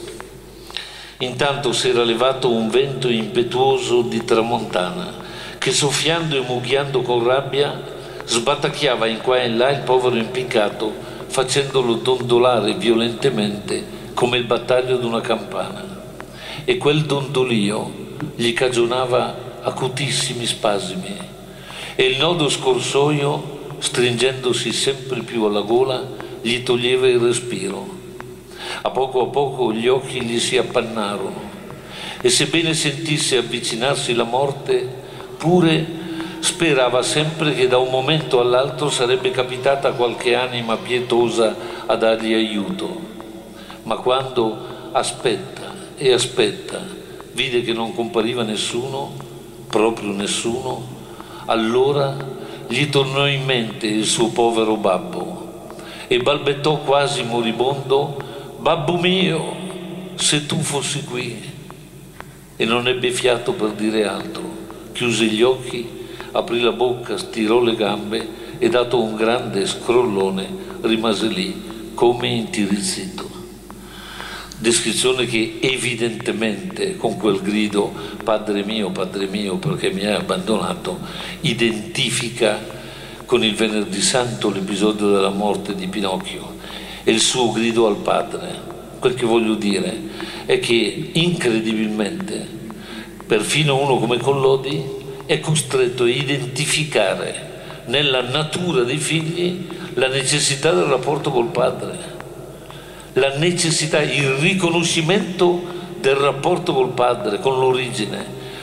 Intanto si era levato un vento impetuoso di tramontana che, soffiando e mughiando con rabbia, sbatacchiava in qua e in là il povero impiccato, facendolo dondolare violentemente come il battaglio di una campana. E quel dondolio gli cagionava acutissimi spasimi e il nodo scorsoio, stringendosi sempre più alla gola, gli toglieva il respiro. A poco a poco gli occhi gli si appannarono e, sebbene sentisse avvicinarsi la morte, pure sperava sempre che da un momento all'altro sarebbe capitata qualche anima pietosa a dargli aiuto. Ma quando aspetta e aspetta vide che non compariva nessuno, proprio nessuno, allora gli tornò in mente il suo povero babbo e balbettò quasi moribondo: «Babbo mio, se tu fossi qui!» E non ebbe fiato per dire altro. Chiuse gli occhi, aprì la bocca, stirò le gambe e, dato un grande scrollone, rimase lì come intirizzito. Descrizione che evidentemente, con quel grido «Padre mio, Padre mio, perché mi hai abbandonato», identifica con il Venerdì Santo l'episodio della morte di Pinocchio e il suo grido al padre. Quel che voglio dire è che incredibilmente perfino uno come Collodi è costretto a identificare nella natura dei figli la necessità del rapporto col padre, la necessità, il riconoscimento del rapporto col padre, con l'origine.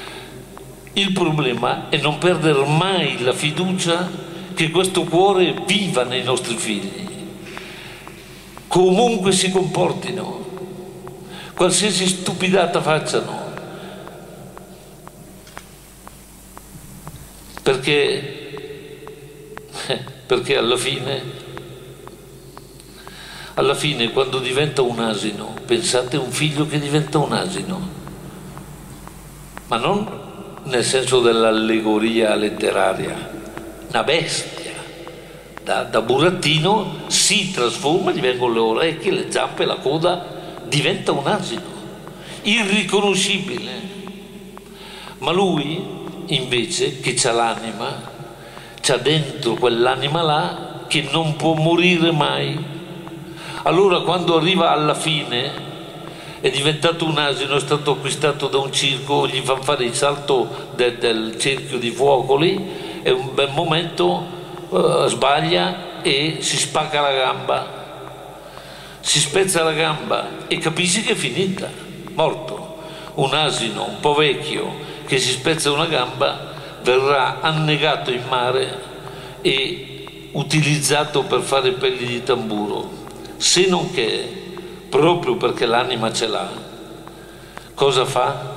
Il problema è non perdere mai la fiducia che questo cuore viva nei nostri figli, comunque si comportino, qualsiasi stupidata facciano, perché, perché alla fine, alla fine quando diventa un asino, pensate un figlio che diventa un asino, ma non nel senso dell'allegoria letteraria, una bestia. Da, da burattino si trasforma, gli vengono le orecchie, le zampe, la coda, diventa un asino, irriconoscibile. Ma lui, invece, che c'ha l'anima, c'ha dentro quell'anima là che non può morire mai. Allora quando arriva alla fine, è diventato un asino, è stato acquistato da un circo, gli fanno fare il salto de, del cerchio di fuoco lì, è un bel momento. Uh, sbaglia e si spacca la gamba, si spezza la gamba e capisci che è finita, morto. Un asino un po' vecchio che si spezza una gamba verrà annegato in mare e utilizzato per fare pelli di tamburo, se non che proprio perché l'anima ce l'ha, cosa fa?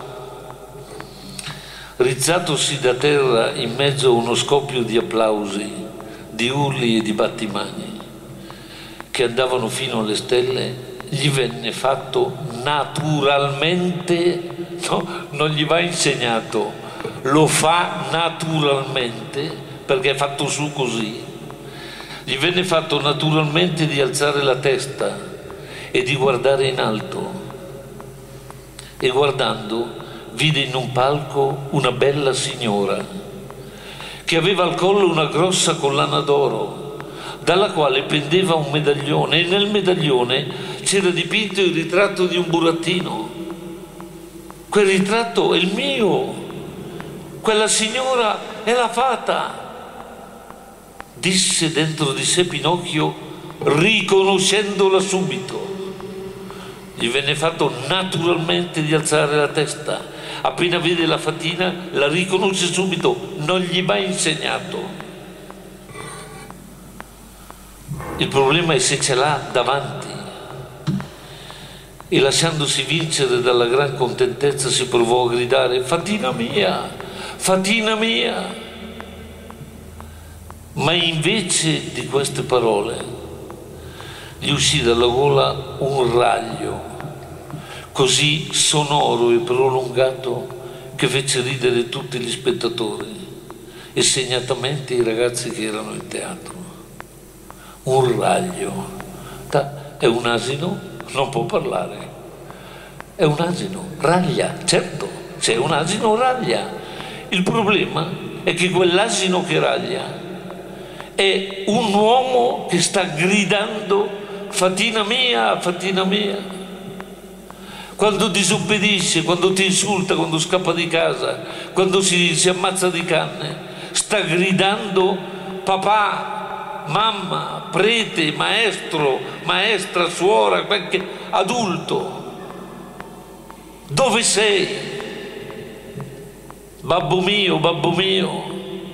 Rizzatosi da terra in mezzo a uno scoppio di applausi, di urli e di battimani che andavano fino alle stelle, gli venne fatto naturalmente, no, non gli va insegnato, lo fa naturalmente perché è fatto su così. Gli venne fatto naturalmente di alzare la testa e di guardare in alto, e guardando vide in un palco una bella signora che aveva al collo una grossa collana d'oro dalla quale pendeva un medaglione, e nel medaglione c'era dipinto il ritratto di un burattino. Quel ritratto è il mio, quella signora è la fata, disse dentro di sé Pinocchio, riconoscendola subito. Gli venne fatto naturalmente di alzare la testa. Appena vede la fatina la riconosce subito, non gli va insegnato. Il problema è se ce l'ha davanti. E lasciandosi vincere dalla gran contentezza si provò a gridare: fatina mia, fatina mia. Ma invece di queste parole gli uscì dalla gola un raglio così sonoro e prolungato che fece ridere tutti gli spettatori e segnatamente i ragazzi che erano in teatro. Un raglio. È un asino, non può parlare. È un asino, raglia, certo, se è un asino raglia. Il problema è che quell'asino che raglia è un uomo che sta gridando fatina mia, fatina mia. Quando disobbedisce, quando ti insulta, quando scappa di casa, quando si, si ammazza di canne, sta gridando papà, mamma, prete, maestro, maestra, suora, qualche adulto. Dove sei? Babbo mio, babbo mio.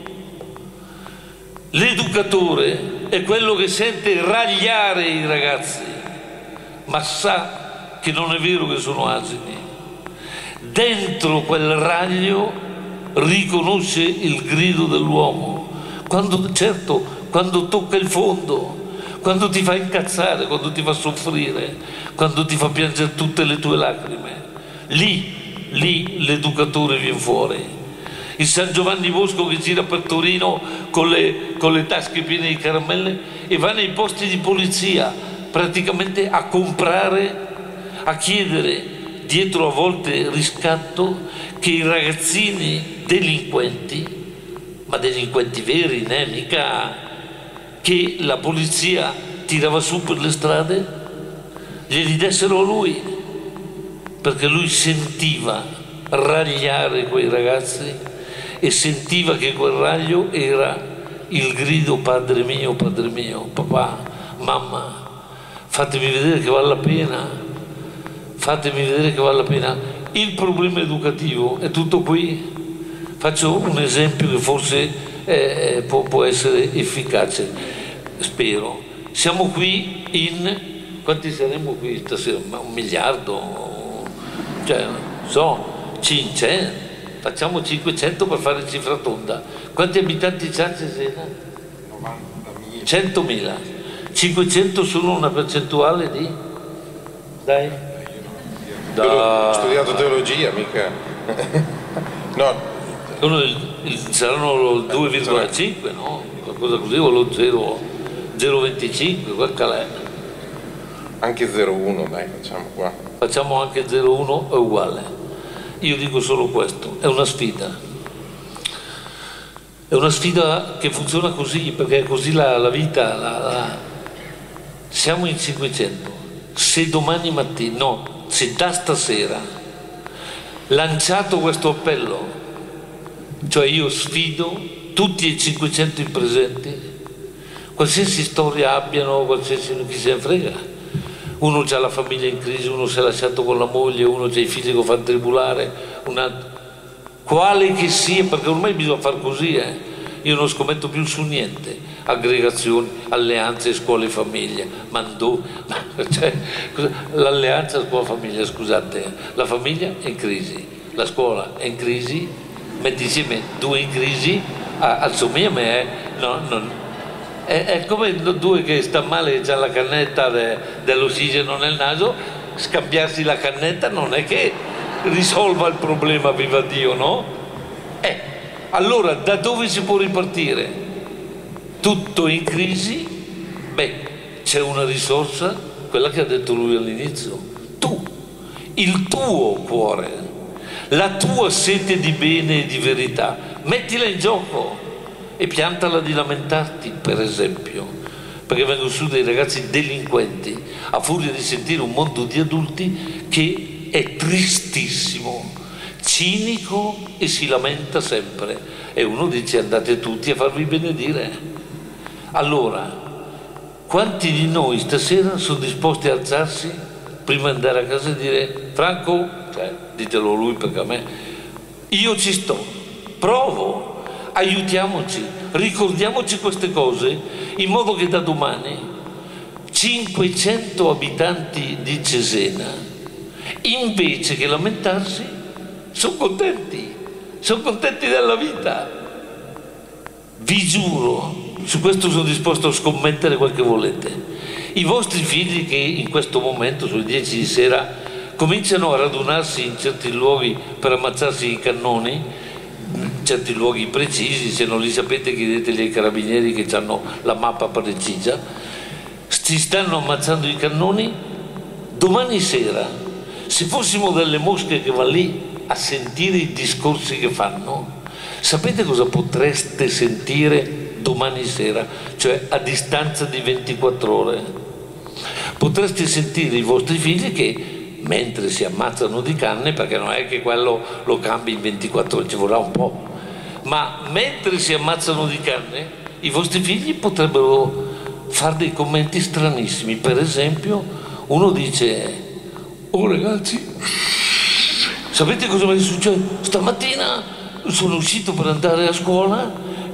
L'educatore è quello che sente ragliare i ragazzi, ma sa che non è vero che sono asini. Dentro quel raglio riconosce il grido dell'uomo. Quando, certo, quando tocca il fondo, quando ti fa incazzare, quando ti fa soffrire, quando ti fa piangere tutte le tue lacrime, lì, lì l'educatore viene fuori. Il San Giovanni Bosco che gira per Torino con le, con le tasche piene di caramelle e va nei posti di polizia praticamente a comprare, a chiedere dietro a volte riscatto che i ragazzini delinquenti, ma delinquenti veri, né? Mica che la polizia tirava su per le strade, glieli dessero a lui, perché lui sentiva ragliare quei ragazzi e sentiva che quel raglio era il grido padre mio, padre mio, papà, mamma, fatemi vedere che vale la pena, fatemi vedere che vale la pena. Il problema educativo è tutto qui. Faccio un esempio che forse eh, può, può essere efficace, spero. Siamo qui in... quanti saremo qui stasera? Un miliardo? Cioè, so, cinquecento. Facciamo cinquecento per fare cifra tonda. Quanti abitanti c'ha Cesena? novantamila. centomila. cinquecento sono una percentuale di? Dai. Da... Ho studiato teologia, mica. No. Sono il, il, saranno il due virgola cinque, no? Qualcosa così, o lo zero virgola venticinque, quel calè. Anche zero virgola uno, dai, facciamo qua. Facciamo anche zero virgola uno, è uguale. Io dico solo questo, è una sfida. È una sfida che funziona così, perché è così la, la vita. La, la... Siamo in cinquecento. Se domani mattina, no, se da stasera, lanciato questo appello, cioè io sfido tutti i cinquecento in presenti, qualsiasi storia abbiano, qualsiasi, chi se ne frega. Uno ha la famiglia in crisi, uno si è lasciato con la moglie, uno ha i figli che fanno tribulare, una... quale che sia, perché ormai bisogna far così, eh. Io non scommetto più su niente, aggregazioni, alleanze, scuole e famiglie, ma, do... ma Cioè, l'alleanza scuola-famiglia, scusate, la famiglia è in crisi, la scuola è in crisi, metti insieme due in crisi, assomiglia a me, eh, no, non, è, è come due che sta male e hanno la cannetta de, dell'ossigeno nel naso, scambiarsi la cannetta non è che risolva il problema, viva Dio, no? Eh, allora da dove si può ripartire? Tutto in crisi? Beh, c'è una risorsa, quella che ha detto lui all'inizio, tu, il tuo cuore, la tua sete di bene e di verità, mettila in gioco e piantala di lamentarti, per esempio, perché vengono su dei ragazzi delinquenti a furia di sentire un mondo di adulti che è tristissimo, cinico e si lamenta sempre, e uno dice andate tutti a farvi benedire. Allora, quanti di noi stasera sono disposti a alzarsi prima di andare a casa e dire Franco, cioè, ditelo a lui perché a me, io ci sto, provo, aiutiamoci, ricordiamoci queste cose in modo che da domani cinquecento abitanti di Cesena, invece che lamentarsi, sono contenti, sono contenti della vita. Vi giuro, su questo sono disposto a scommettere quel che volete, i vostri figli che in questo momento, sulle dieci di sera, cominciano a radunarsi in certi luoghi per ammazzarsi i cannoni, in certi luoghi precisi, se non li sapete chiedeteli ai carabinieri che hanno la mappa precisa, si stanno ammazzando i cannoni. Domani sera, se fossimo delle mosche che vanno lì a sentire i discorsi che fanno, sapete cosa potreste sentire domani sera, cioè a distanza di ventiquattro ore? Potreste sentire i vostri figli che mentre si ammazzano di canne, perché non è che quello lo cambi in ventiquattro ore, ci vorrà un po', ma mentre si ammazzano di canne i vostri figli potrebbero fare dei commenti stranissimi. Per esempio, uno dice oh ragazzi, sapete cosa mi è successo? Stamattina sono uscito per andare a scuola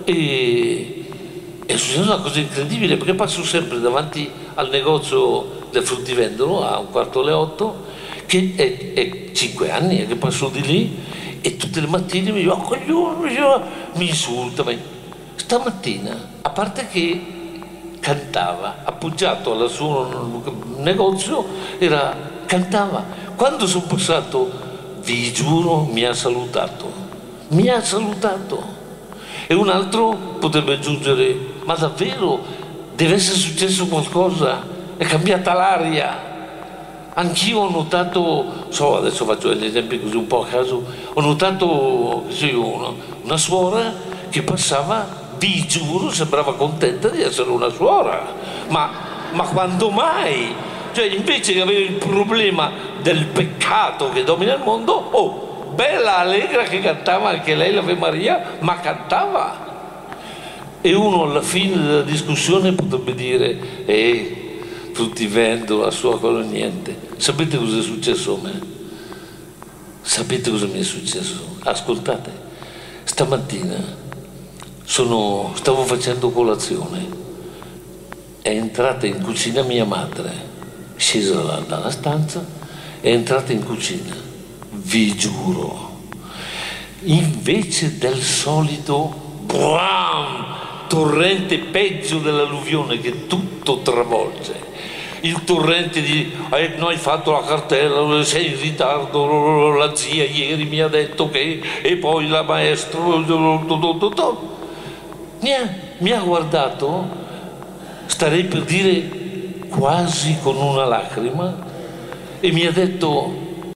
e è successa una cosa incredibile, perché passo sempre davanti al negozio del fruttivendolo a un quarto alle otto, che è, è cinque anni che passo di lì, e tutte le mattine mi dico, oh, coglione, mi insulta. Ma stamattina, a parte che cantava, appoggiato al suo negozio, era, cantava. Quando sono passato, vi giuro, mi ha salutato, mi ha salutato. E un altro potrebbe aggiungere, ma davvero deve essere successo qualcosa, è cambiata l'aria. Anch'io ho notato, so, adesso faccio degli esempi così un po' a caso, ho notato sì, una, una suora che passava, vi giuro, sembrava contenta di essere una suora, ma, ma quando mai? Cioè, invece che avere il problema del peccato che domina il mondo, oh, bella allegra che cantava anche lei l'Ave Maria, ma cantava. E uno alla fine della discussione potrebbe dire eh, fruttivendolo, la sua cosa niente. Sapete cosa è successo a me? Sapete cosa mi è successo? Ascoltate, stamattina sono, stavo facendo colazione, è entrata in cucina mia madre, scesa dalla stanza, è entrata in cucina, vi giuro, invece del solito bram, torrente peggio dell'alluvione che tutto travolge, il torrente di eh, non hai fatto la cartella, sei in ritardo, la zia ieri mi ha detto che, e poi la maestra mi ha, mi ha guardato, starei per dire quasi con una lacrima, e mi ha detto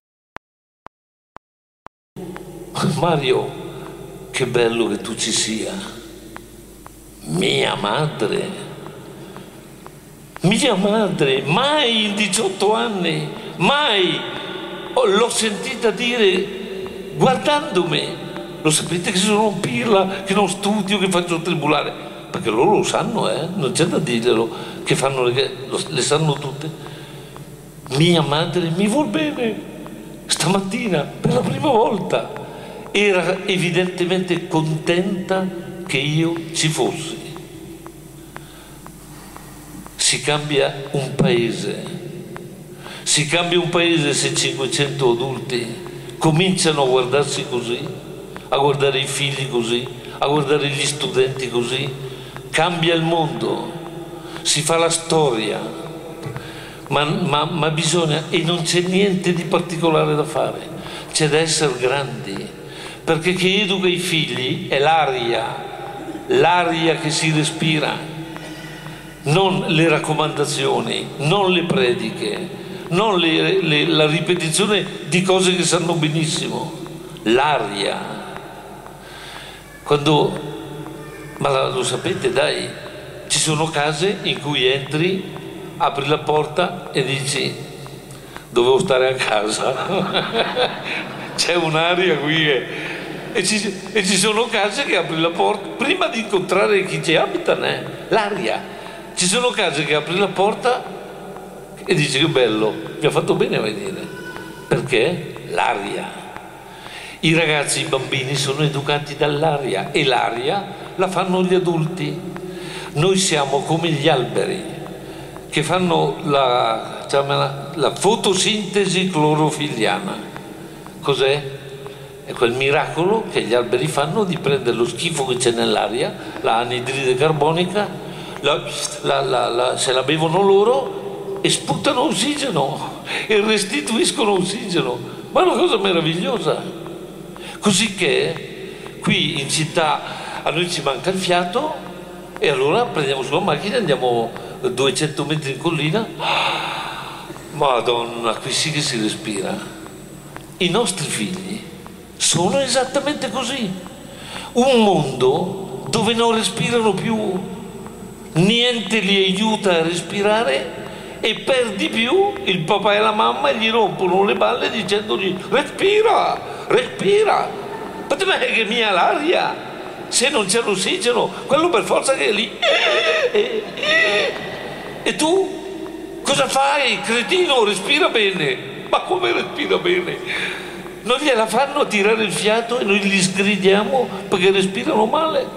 Mario, che bello che tu ci sia. Mia madre, mia madre, mai in diciotto anni, mai l'ho sentita dire guardandomi. Lo sapete che sono un pirla, che non studio, che faccio tribulare? Perché loro lo sanno, eh? Non c'è da dirglielo, che fanno le, le sanno tutte. Mia madre mi vuol bene, stamattina, per la prima volta. Era evidentemente contenta che io ci fossi. Si cambia un paese Si cambia un paese se cinquecento adulti cominciano a guardarsi così, a guardare i figli così, a guardare gli studenti così. Cambia il mondo, si fa la storia, ma, ma, ma bisogna, e non c'è niente di particolare da fare, c'è da essere grandi, perché chi educa i figli è l'aria, l'aria che si respira, non le raccomandazioni, non le prediche, non le, le, la ripetizione di cose che sanno benissimo, l'aria. Quando, ma lo sapete, dai, ci sono case in cui entri, apri la porta e dici dovevo stare a casa. C'è un'aria qui e, e, ci, e ci sono case che apri la porta prima di incontrare chi ci abita, eh? L'aria. Ci sono case che apri la porta e dici che bello, mi ha fatto bene a venire, perché l'aria. I ragazzi, i bambini sono educati dall'aria e l'aria la fanno gli adulti. Noi siamo come gli alberi che fanno la, diciamo, la fotosintesi clorofilliana. Cos'è? È quel miracolo che gli alberi fanno di prendere lo schifo che c'è nell'aria, la anidride carbonica, la, la, la, la, se la bevono loro e sputano ossigeno e restituiscono ossigeno. Ma è una cosa meravigliosa. Così che qui in città a noi ci manca il fiato e allora prendiamo sulla macchina e andiamo duecento metri in collina. Madonna, qui sì che si respira. I nostri figli sono esattamente così. Un mondo dove non respirano più, niente li aiuta a respirare e per di più il papà e la mamma gli rompono le balle dicendogli respira, respira. Ma dov'è che mia l'aria? Se non c'è l'ossigeno, quello per forza che è lì. E tu cosa fai, cretino? Respira bene. Ma come respira bene? Non gliela fanno a tirare il fiato e noi li sgridiamo perché respirano male.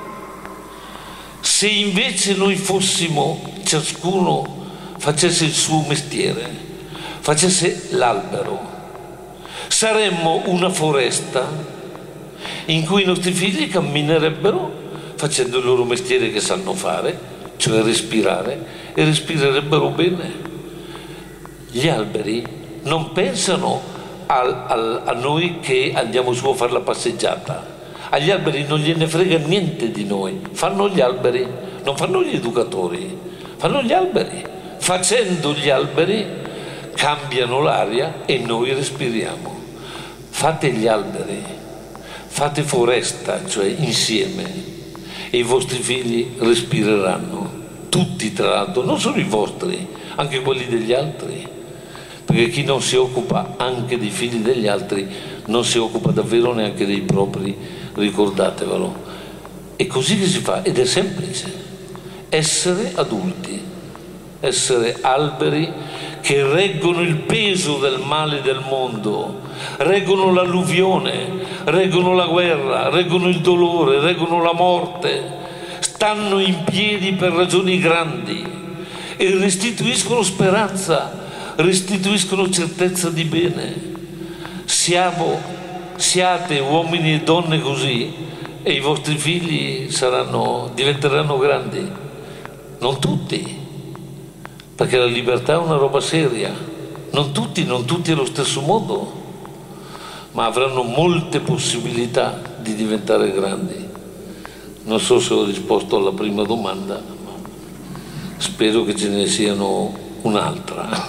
Se invece noi fossimo, ciascuno facesse il suo mestiere, facesse l'albero, saremmo una foresta in cui i nostri figli camminerebbero facendo il loro mestiere che sanno fare, cioè respirare, e respirerebbero bene. Gli alberi non pensano al, al, a noi che andiamo su a fare la passeggiata. Agli alberi non gliene frega niente di noi, fanno gli alberi, non fanno gli educatori, fanno gli alberi. Facendo gli alberi cambiano l'aria e noi respiriamo. Fate gli alberi, fate foresta, cioè insieme, e i vostri figli respireranno. Tutti, tra l'altro, non solo i vostri, anche quelli degli altri, perché chi non si occupa anche dei figli degli altri non si occupa davvero neanche dei propri, ricordatevelo. È così che si fa, ed è semplice: essere adulti, essere alberi che reggono il peso del male del mondo, reggono l'alluvione, reggono la guerra, reggono il dolore, reggono la morte, stanno in piedi per ragioni grandi e restituiscono speranza, restituiscono certezza di bene. Siamo, siate uomini e donne così e i vostri figli saranno, diventeranno grandi. Non tutti, perché la libertà è una roba seria, non tutti, non tutti allo stesso modo, ma avranno molte possibilità di diventare grandi. Non so se ho risposto alla prima domanda, ma spero che ce ne siano un'altra.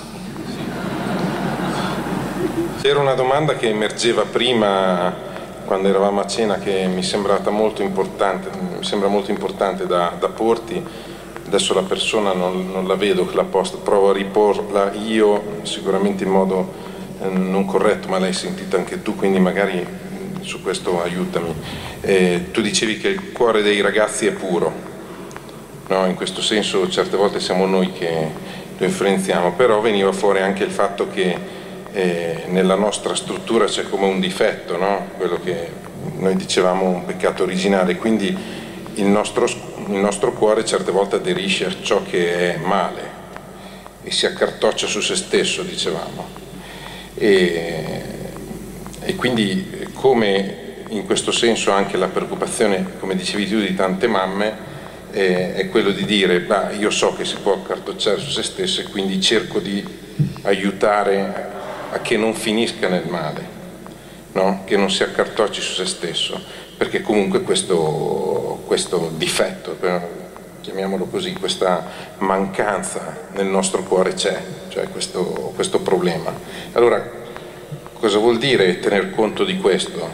C'era una domanda che emergeva prima quando eravamo a cena che mi sembrata molto importante, mi sembra molto importante da, da porti. Adesso la persona non, non la vedo che l'ha posta, provo a riporla io sicuramente in modo eh, non corretto, ma l'hai sentita anche tu, quindi magari su questo aiutami. Eh, tu dicevi che il cuore dei ragazzi è puro, no? In questo senso certe volte siamo noi che lo influenziamo, però veniva fuori anche il fatto che eh, nella nostra struttura c'è come un difetto, no? Quello che noi dicevamo un peccato originale, quindi il nostro il nostro cuore certe volte aderisce a ciò che è male e si accartoccia su se stesso, dicevamo. E, e quindi, come in questo senso anche la preoccupazione, come dicevi tu, di tante mamme eh, è quello di dire: bah, io so che si può accartocciare su se stesso, e quindi cerco di aiutare a che non finisca nel male, no? Che non si accartocci su se stesso, perché comunque questo, questo difetto, chiamiamolo così, questa mancanza nel nostro cuore c'è, cioè questo, questo problema. Allora, cosa vuol dire tener conto di questo?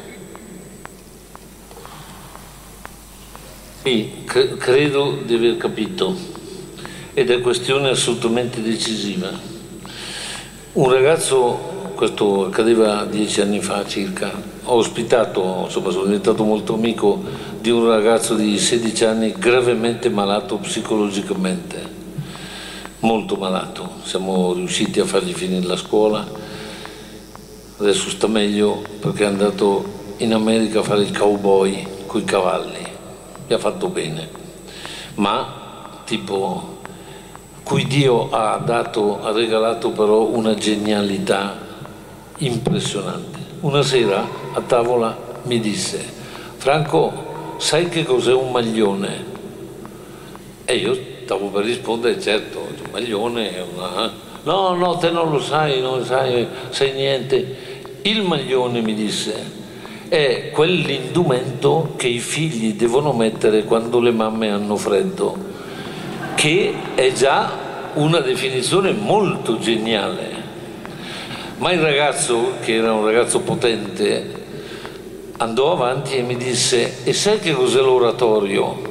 Sì, cre- credo di aver capito, ed è questione assolutamente decisiva. Un ragazzo, questo accadeva dieci anni fa circa, ho ospitato, insomma sono diventato molto amico di un ragazzo di sedici anni gravemente malato psicologicamente, molto malato. Siamo riusciti a fargli finire la scuola, adesso sta meglio perché è andato in America a fare il cowboy coi cavalli, gli ha fatto bene, ma tipo cui Dio ha dato, ha regalato però una genialità impressionante. Una sera a tavola mi disse: Franco, sai che cos'è un maglione? E io stavo per rispondere: certo, un maglione è una... No, no, te non lo sai, non sai, sai niente. Il maglione, mi disse, è quell'indumento che i figli devono mettere quando le mamme hanno freddo, che è già una definizione molto geniale. Ma il ragazzo, che era un ragazzo potente, andò avanti e mi disse: e sai che cos'è l'oratorio?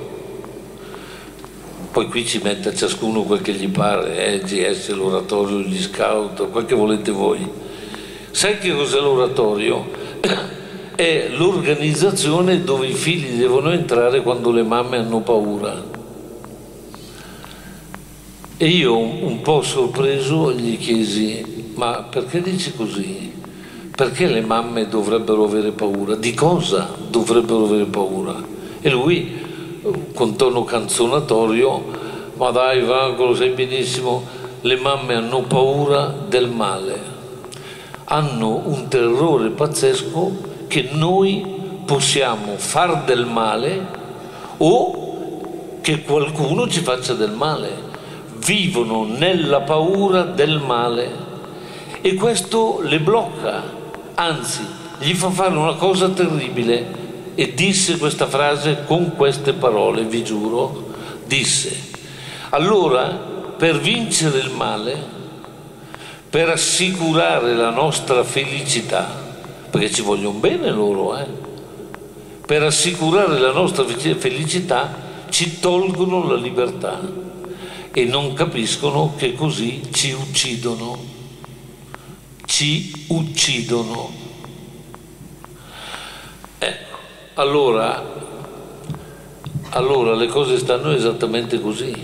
Poi qui ci mette ciascuno quel che gli pare, eh, G S, l'oratorio, gli scout, quel che volete voi. Sai che cos'è l'oratorio? È l'organizzazione dove i figli devono entrare quando le mamme hanno paura. E io, un po' sorpreso, gli chiesi: ma perché dici così? Perché le mamme dovrebbero avere paura? Di cosa dovrebbero avere paura? E lui, con tono canzonatorio: ma dai Franco, lo sai benissimo, le mamme hanno paura del male, hanno un terrore pazzesco che noi possiamo far del male o che qualcuno ci faccia del male. Vivono nella paura del male e questo le blocca, anzi gli fa fare una cosa terribile. E disse questa frase con queste parole, vi giuro, disse: allora, per vincere il male, per assicurare la nostra felicità, perché ci vogliono bene loro, eh? Per assicurare la nostra felicità ci tolgono la libertà e non capiscono che così ci uccidono, ci uccidono. Ecco, allora, allora le cose stanno esattamente così.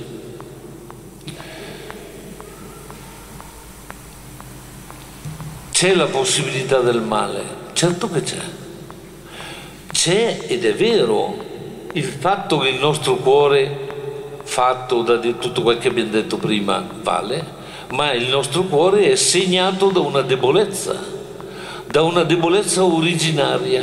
C'è la possibilità del male? Certo che c'è. C'è, ed è vero, il fatto che il nostro cuore, fatto da tutto quel che abbiamo detto prima, vale, ma il nostro cuore è segnato da una debolezza, da una debolezza originaria,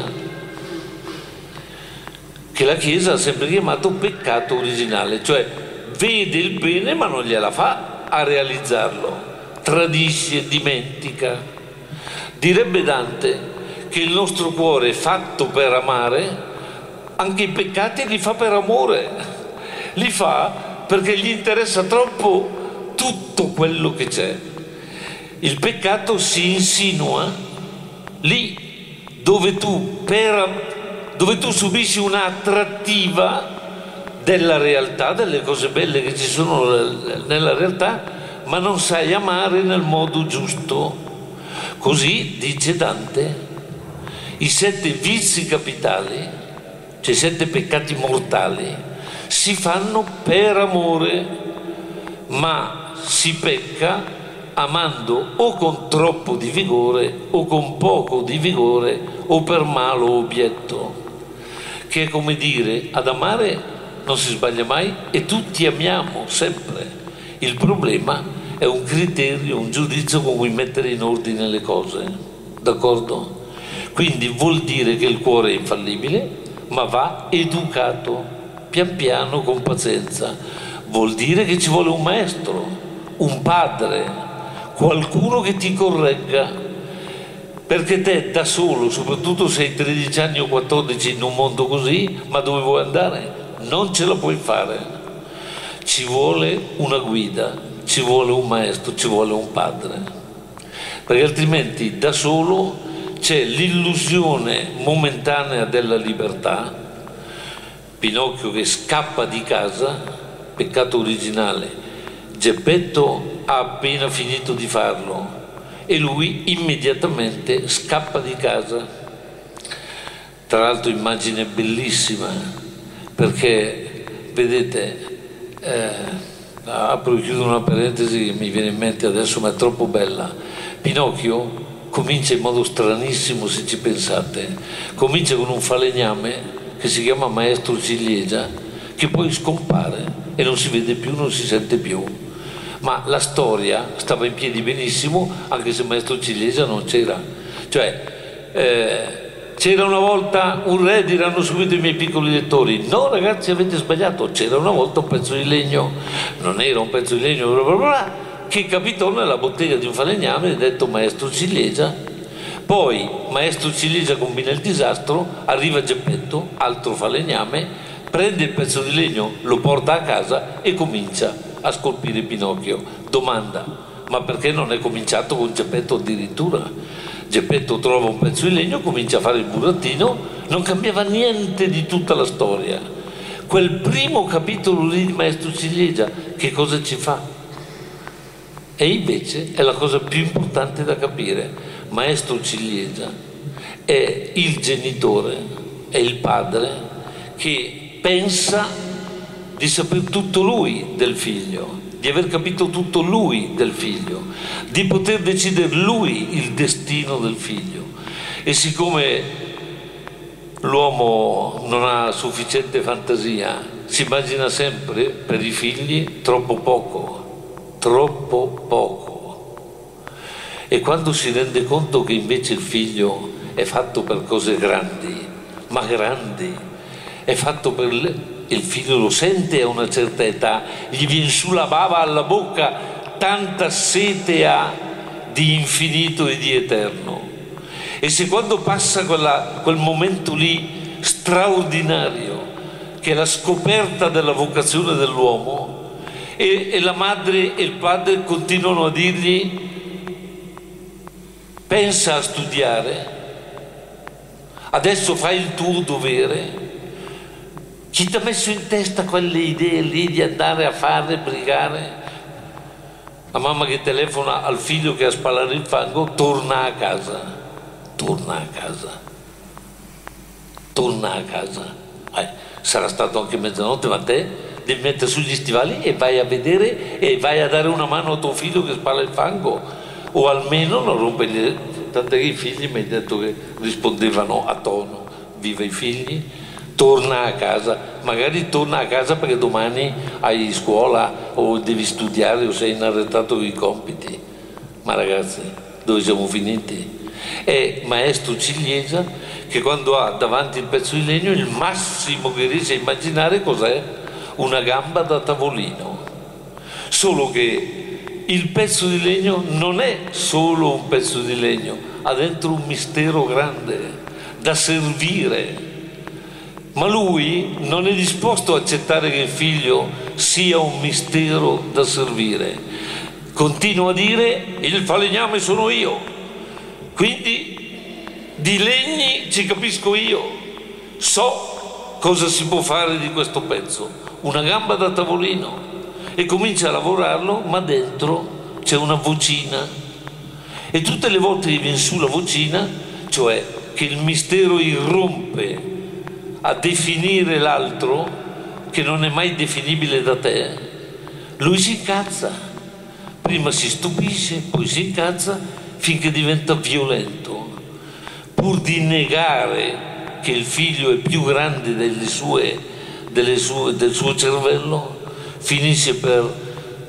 che la Chiesa ha sempre chiamato peccato originale, cioè vede il bene ma non gliela fa a realizzarlo, tradisce e dimentica. Direbbe Dante che il nostro cuore è fatto per amare, anche i peccati li fa per amore. Li fa perché gli interessa troppo tutto quello che c'è. Il peccato si insinua lì dove tu, per, dove tu subisci un'attrattiva della realtà, delle cose belle che ci sono nella realtà, ma non sai amare nel modo giusto. Così, dice Dante, i sette vizi capitali, cioè i sette peccati mortali, si fanno per amore, ma si pecca amando o con troppo di vigore o con poco di vigore o per malo obietto, che è come dire: ad amare non si sbaglia mai e tutti amiamo sempre. Il problema è un criterio, un giudizio con cui mettere in ordine le cose, d'accordo? Quindi vuol dire che il cuore è infallibile, ma va educato, pian piano, con pazienza. Vuol dire che ci vuole un maestro, un padre, qualcuno che ti corregga, perché te da solo, soprattutto se hai tredici anni o quattordici in un mondo così, ma dove vuoi andare? Non ce la puoi fare. Ci vuole una guida, ci vuole un maestro, ci vuole un padre, perché altrimenti da solo c'è l'illusione momentanea della libertà. Pinocchio che scappa di casa, peccato originale. Geppetto ha appena finito di farlo e lui immediatamente scappa di casa. Tra l'altro immagine bellissima, perché vedete, eh, apro e chiudo una parentesi che mi viene in mente adesso, ma è troppo bella. Pinocchio comincia in modo stranissimo, se ci pensate. Comincia con un falegname che si chiama Maestro Ciliegia, che poi scompare e non si vede più, non si sente più. Ma la storia stava in piedi benissimo, anche se Maestro Ciliegia non c'era. Cioè, eh, c'era una volta un re, diranno subito i miei piccoli lettori. No ragazzi, avete sbagliato, c'era una volta un pezzo di legno, non era un pezzo di legno, bla bla bla, che capitò nella bottega di un falegname detto Maestro Ciliegia. Poi Maestro Ciliegia combina il disastro, arriva Geppetto, altro falegname, prende il pezzo di legno, lo porta a casa e comincia a scolpire Pinocchio. Domanda: ma perché non è cominciato con Geppetto addirittura? Geppetto trova un pezzo di legno, comincia a fare il burattino, non cambiava niente di tutta la storia. Quel primo capitolo lì di Maestro Ciliegia, che cosa ci fa? E invece è la cosa più importante da capire. Maestro Ciliegia è il genitore, è il padre che pensa di saper tutto lui del figlio, di aver capito tutto lui del figlio, di poter decidere lui il destino del figlio. E siccome l'uomo non ha sufficiente fantasia, si immagina sempre per i figli troppo poco, troppo poco. E quando si rende conto che invece il figlio è fatto per cose grandi, ma grandi, è fatto per le... il figlio lo sente a una certa età, gli viene su la bava alla bocca, tanta sete ha di infinito e di eterno. E se quando passa quella, quel momento lì straordinario, che è la scoperta della vocazione dell'uomo, e, e la madre e il padre continuano a dirgli: pensa a studiare, adesso fai il tuo dovere. Chi ti ha messo in testa quelle idee lì di andare a fare, brigare? La mamma che telefona al figlio che è a spalare il fango: torna a casa, torna a casa, torna a casa. Eh, sarà stato anche mezzanotte, ma te devi mettere su gli stivali e vai a vedere e vai a dare una mano a tuo figlio che spala il fango. O almeno non rompere, tant'è che i figli mi hai detto che rispondevano a tono: viva i figli, torna a casa. Magari torna a casa perché domani hai scuola o devi studiare o sei inarretato con i compiti. Ma ragazzi, dove siamo finiti? È Maestro Ciliegia che quando ha davanti il pezzo di legno, il massimo che riesce a immaginare cos'è? Una gamba da tavolino. Solo che il pezzo di legno non è solo un pezzo di legno, ha dentro un mistero grande da servire. Ma lui non è disposto a accettare che il figlio sia un mistero da servire. Continua a dire: il falegname sono io, quindi di legni ci capisco io, so cosa si può fare di questo pezzo, una gamba da tavolino. E comincia a lavorarlo, ma dentro c'è una vocina. E tutte le volte che viene su la vocina, cioè che il mistero irrompe a definire l'altro, che non è mai definibile da te, lui si incazza. Prima si stupisce, poi si incazza, finché diventa violento, pur di negare che il figlio è più grande delle sue, delle sue, del suo cervello. Finisce per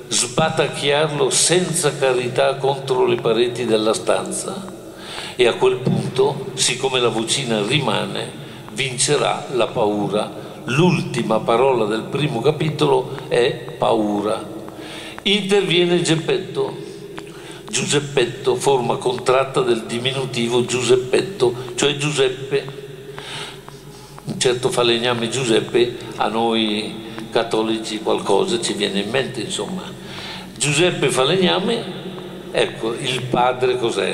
sbatacchiarlo senza carità contro le pareti della stanza, e a quel punto, siccome la vocina rimane, vincerà la paura. L'ultima parola del primo capitolo è paura. Interviene Geppetto. Giuseppetto, forma contratta del diminutivo Giuseppetto, cioè Giuseppe. Un certo falegname Giuseppe, a noi cattolici qualcosa ci viene in mente, insomma. Giuseppe falegname, ecco, il padre cos'è?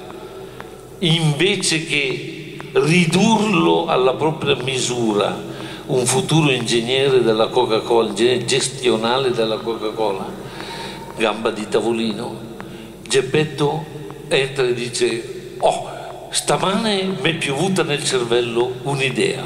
Invece che ridurlo alla propria misura, un futuro ingegnere della Coca-Cola, ingegnere gestionale della Coca-Cola, gamba di tavolino, Geppetto entra e dice: oh, stamane mi è piovuta nel cervello un'idea.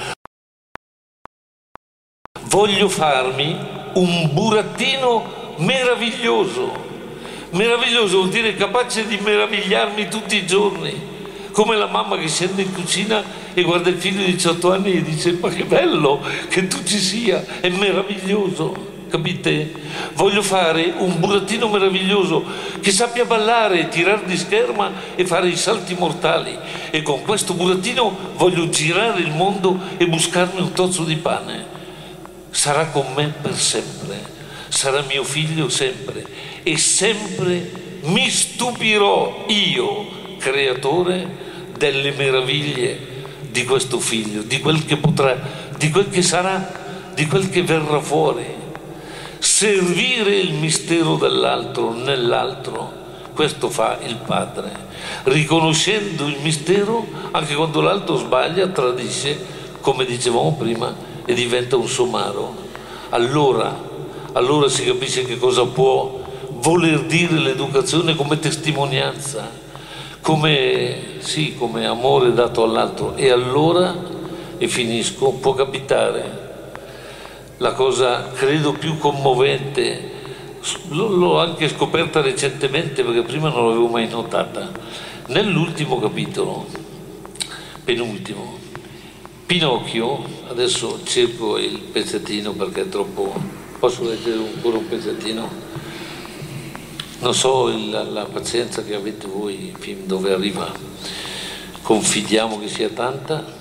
Voglio farmi un burattino meraviglioso. Meraviglioso vuol dire capace di meravigliarmi tutti i giorni, come la mamma che scende in cucina e guarda il figlio di diciotto anni e dice: ma che bello che tu ci sia, è meraviglioso. Capite? Voglio fare un burattino meraviglioso che sappia ballare, tirar di scherma e fare i salti mortali, e con questo burattino voglio girare il mondo e buscarmi un tozzo di pane. Sarà con me per sempre, sarà mio figlio sempre, e sempre mi stupirò io, creatore, delle meraviglie di questo figlio, di quel che potrà, di quel che sarà, di quel che verrà fuori. Servire il mistero dell'altro nell'altro, questo fa il padre, riconoscendo il mistero anche quando l'altro sbaglia, tradisce, come dicevamo prima, e diventa un somaro. Allora, allora si capisce che cosa può voler dire l'educazione come testimonianza, come, sì, come amore dato all'altro. E allora, e finisco, può capitare la cosa credo più commovente, l'ho anche scoperta recentemente perché prima non l'avevo mai notata, nell'ultimo capitolo, penultimo, Pinocchio, adesso cerco il pezzettino perché è troppo, posso leggere ancora un pezzettino? Non so il, la pazienza che avete voi fin dove arriva, confidiamo che sia tanta.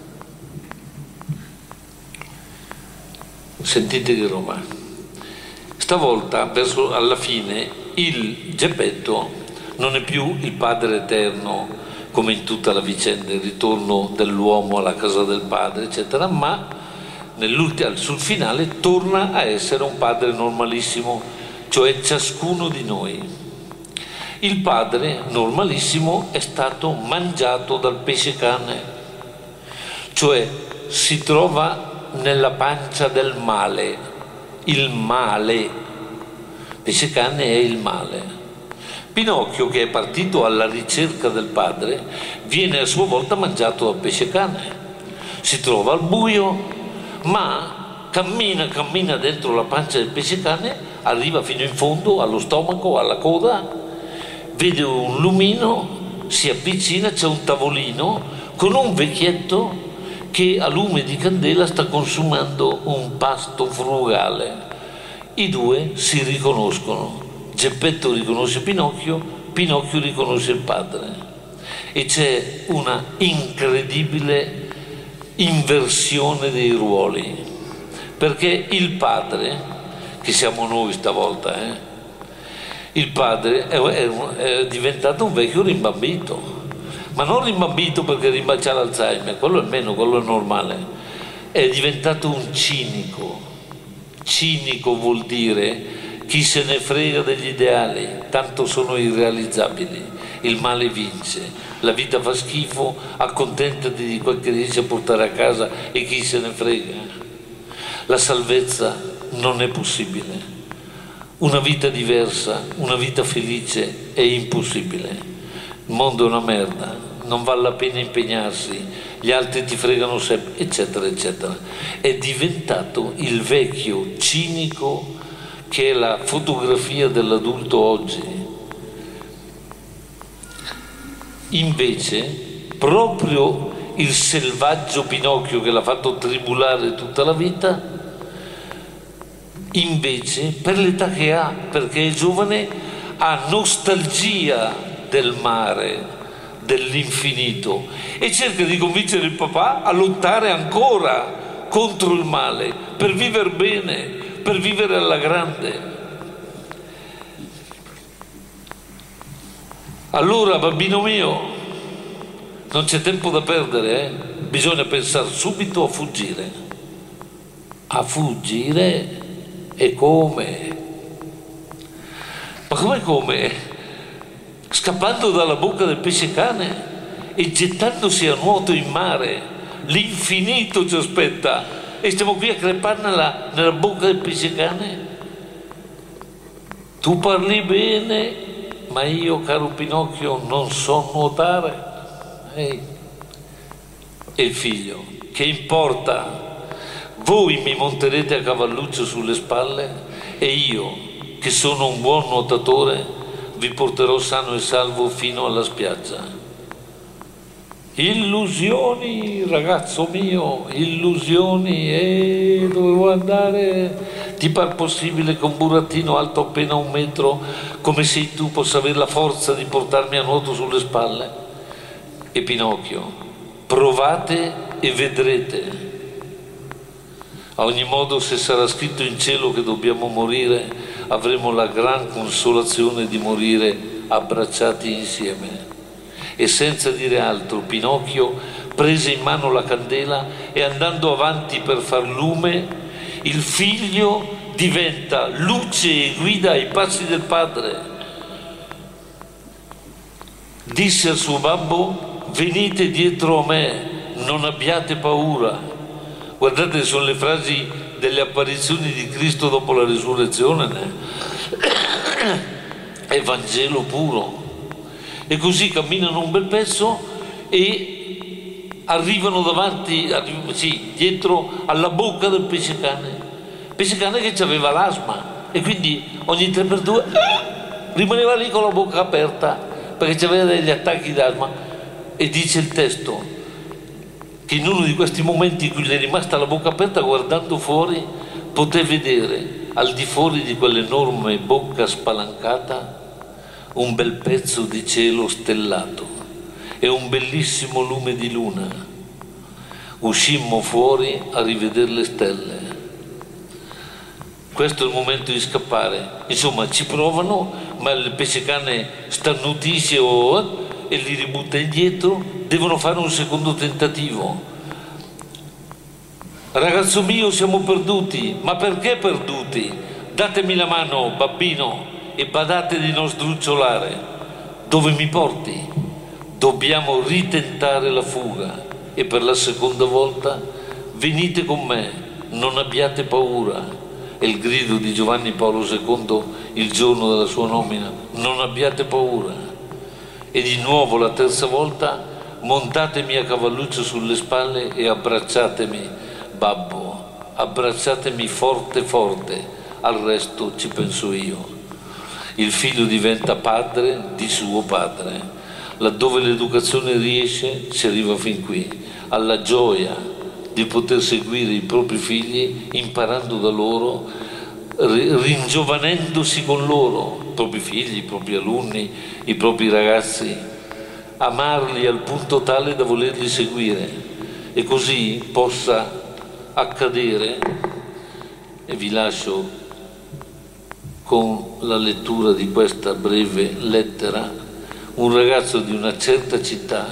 Sentite che roba. Stavolta, verso alla fine, il Geppetto non è più il padre eterno come in tutta la vicenda, il ritorno dell'uomo alla casa del padre, eccetera, ma sul finale torna a essere un padre normalissimo, cioè ciascuno di noi. Il padre normalissimo è stato mangiato dal pesce cane, cioè si trova nella pancia del male, il male, pesce cane è il male. Pinocchio, che è partito alla ricerca del padre, viene a sua volta mangiato dal pesce cane, si trova al buio, ma cammina, cammina dentro la pancia del pesce cane, arriva fino in fondo, allo stomaco, alla coda, vede un lumino, si avvicina, c'è un tavolino con un vecchietto che a lume di candela sta consumando un pasto frugale. I due si riconoscono, Geppetto riconosce Pinocchio, Pinocchio riconosce il padre, e c'è una incredibile inversione dei ruoli, perché il padre, che siamo noi stavolta, eh, il padre è, è, è diventato un vecchio rimbambito, ma non rimbambito perché rimbalza l'Alzheimer, quello è meno, quello è normale, è diventato un cinico. Cinico vuol dire chi se ne frega degli ideali, tanto sono irrealizzabili, il male vince, la vita fa schifo, accontentati di quel che riesci a portare a casa e chi se ne frega. La salvezza non è possibile, una vita diversa, una vita felice è impossibile. Il mondo è una merda, non vale la pena impegnarsi, gli altri ti fregano sempre, eccetera, eccetera. È diventato il vecchio cinico che è la fotografia dell'adulto oggi. Invece, proprio il selvaggio Pinocchio che l'ha fatto tribulare tutta la vita invece per l'età che ha, perché è giovane, ha nostalgia del mare, dell'infinito, e cerca di convincere il papà a lottare ancora contro il male, per vivere bene, per vivere alla grande. Allora, bambino mio, non c'è tempo da perdere, eh? Bisogna pensare subito a fuggire. A fuggire? E come? Ma come come? Scappando dalla bocca del pesce cane e gettandosi a nuoto in mare. L'infinito ci aspetta e stiamo qui a crepare nella, nella bocca del pesce cane? Tu parli bene, ma io, caro Pinocchio, non so nuotare. Ehi. E il figlio, che importa? Voi mi monterete a cavalluccio sulle spalle e io, che sono un buon nuotatore, vi porterò sano e salvo fino alla spiaggia. Illusioni, ragazzo mio, illusioni. E dovevo andare? Ti par possibile che un burattino alto appena un metro, come sei tu, possa avere la forza di portarmi a nuoto sulle spalle? E Pinocchio, provate e vedrete. A ogni modo, se sarà scritto in cielo che dobbiamo morire, avremo la gran consolazione di morire abbracciati insieme. E senza dire altro, Pinocchio prese in mano la candela e, andando avanti per far lume, il figlio diventa luce e guida ai passi del padre. Disse al suo babbo: venite dietro a me, non abbiate paura. Guardate, sono le frasi delle apparizioni di Cristo dopo la risurrezione, né? È Vangelo puro. E così camminano un bel pezzo e arrivano davanti, arrivano, sì, dietro alla bocca del pesce cane. Pesce cane che aveva l'asma e quindi ogni tre per due rimaneva lì con la bocca aperta perché aveva degli attacchi d'asma. E dice il testo che in uno di questi momenti in cui gli è rimasta la bocca aperta, guardando fuori, poté vedere al di fuori di quell'enorme bocca spalancata un bel pezzo di cielo stellato e un bellissimo lume di luna. Uscimmo fuori a rivedere le stelle. Questo è il momento di scappare. Insomma, ci provano, ma il pesce cane starnutisce o e li ributta indietro. Devono fare un secondo tentativo. Ragazzo mio, siamo perduti. Ma perché perduti? Datemi la mano, bambino, e badate di non sdrucciolare. Dove mi porti? Dobbiamo ritentare la fuga. E per la seconda volta: venite con me, non abbiate paura. È il grido di Giovanni Paolo secondo il giorno della sua nomina: non abbiate paura. E di nuovo la terza volta: montatemi a cavalluccio sulle spalle e abbracciatemi, babbo, abbracciatemi forte forte, al resto ci penso io. Il figlio diventa padre di suo padre. Laddove l'educazione riesce, si arriva fin qui, alla gioia di poter seguire i propri figli, imparando da loro, ringiovanendosi con loro, i propri figli, i propri alunni, i propri ragazzi, amarli al punto tale da volerli seguire, e così possa accadere. E vi lascio con la lettura di questa breve lettera. Un ragazzo di una certa città,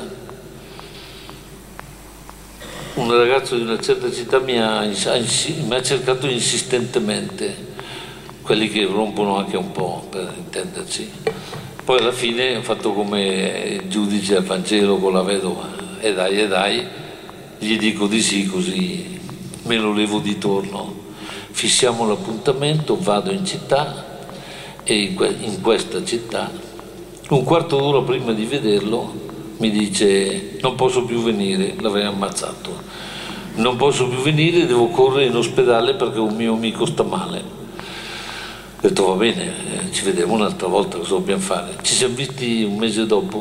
un ragazzo di una certa città mi ha, mi ha cercato insistentemente, quelli che rompono anche un po', per intenderci. Poi alla fine ho fatto come il giudice al Vangelo con la vedova: e dai, e dai, gli dico di sì, così me lo levo di torno. Fissiamo l'appuntamento, vado in città, e in questa città, un quarto d'ora prima di vederlo, mi dice: non posso più venire, l'avrei ammazzato, non posso più venire, devo correre in ospedale perché un mio amico sta male. Ho detto: va bene, eh, ci vediamo un'altra volta, cosa dobbiamo fare? Ci siamo visti un mese dopo,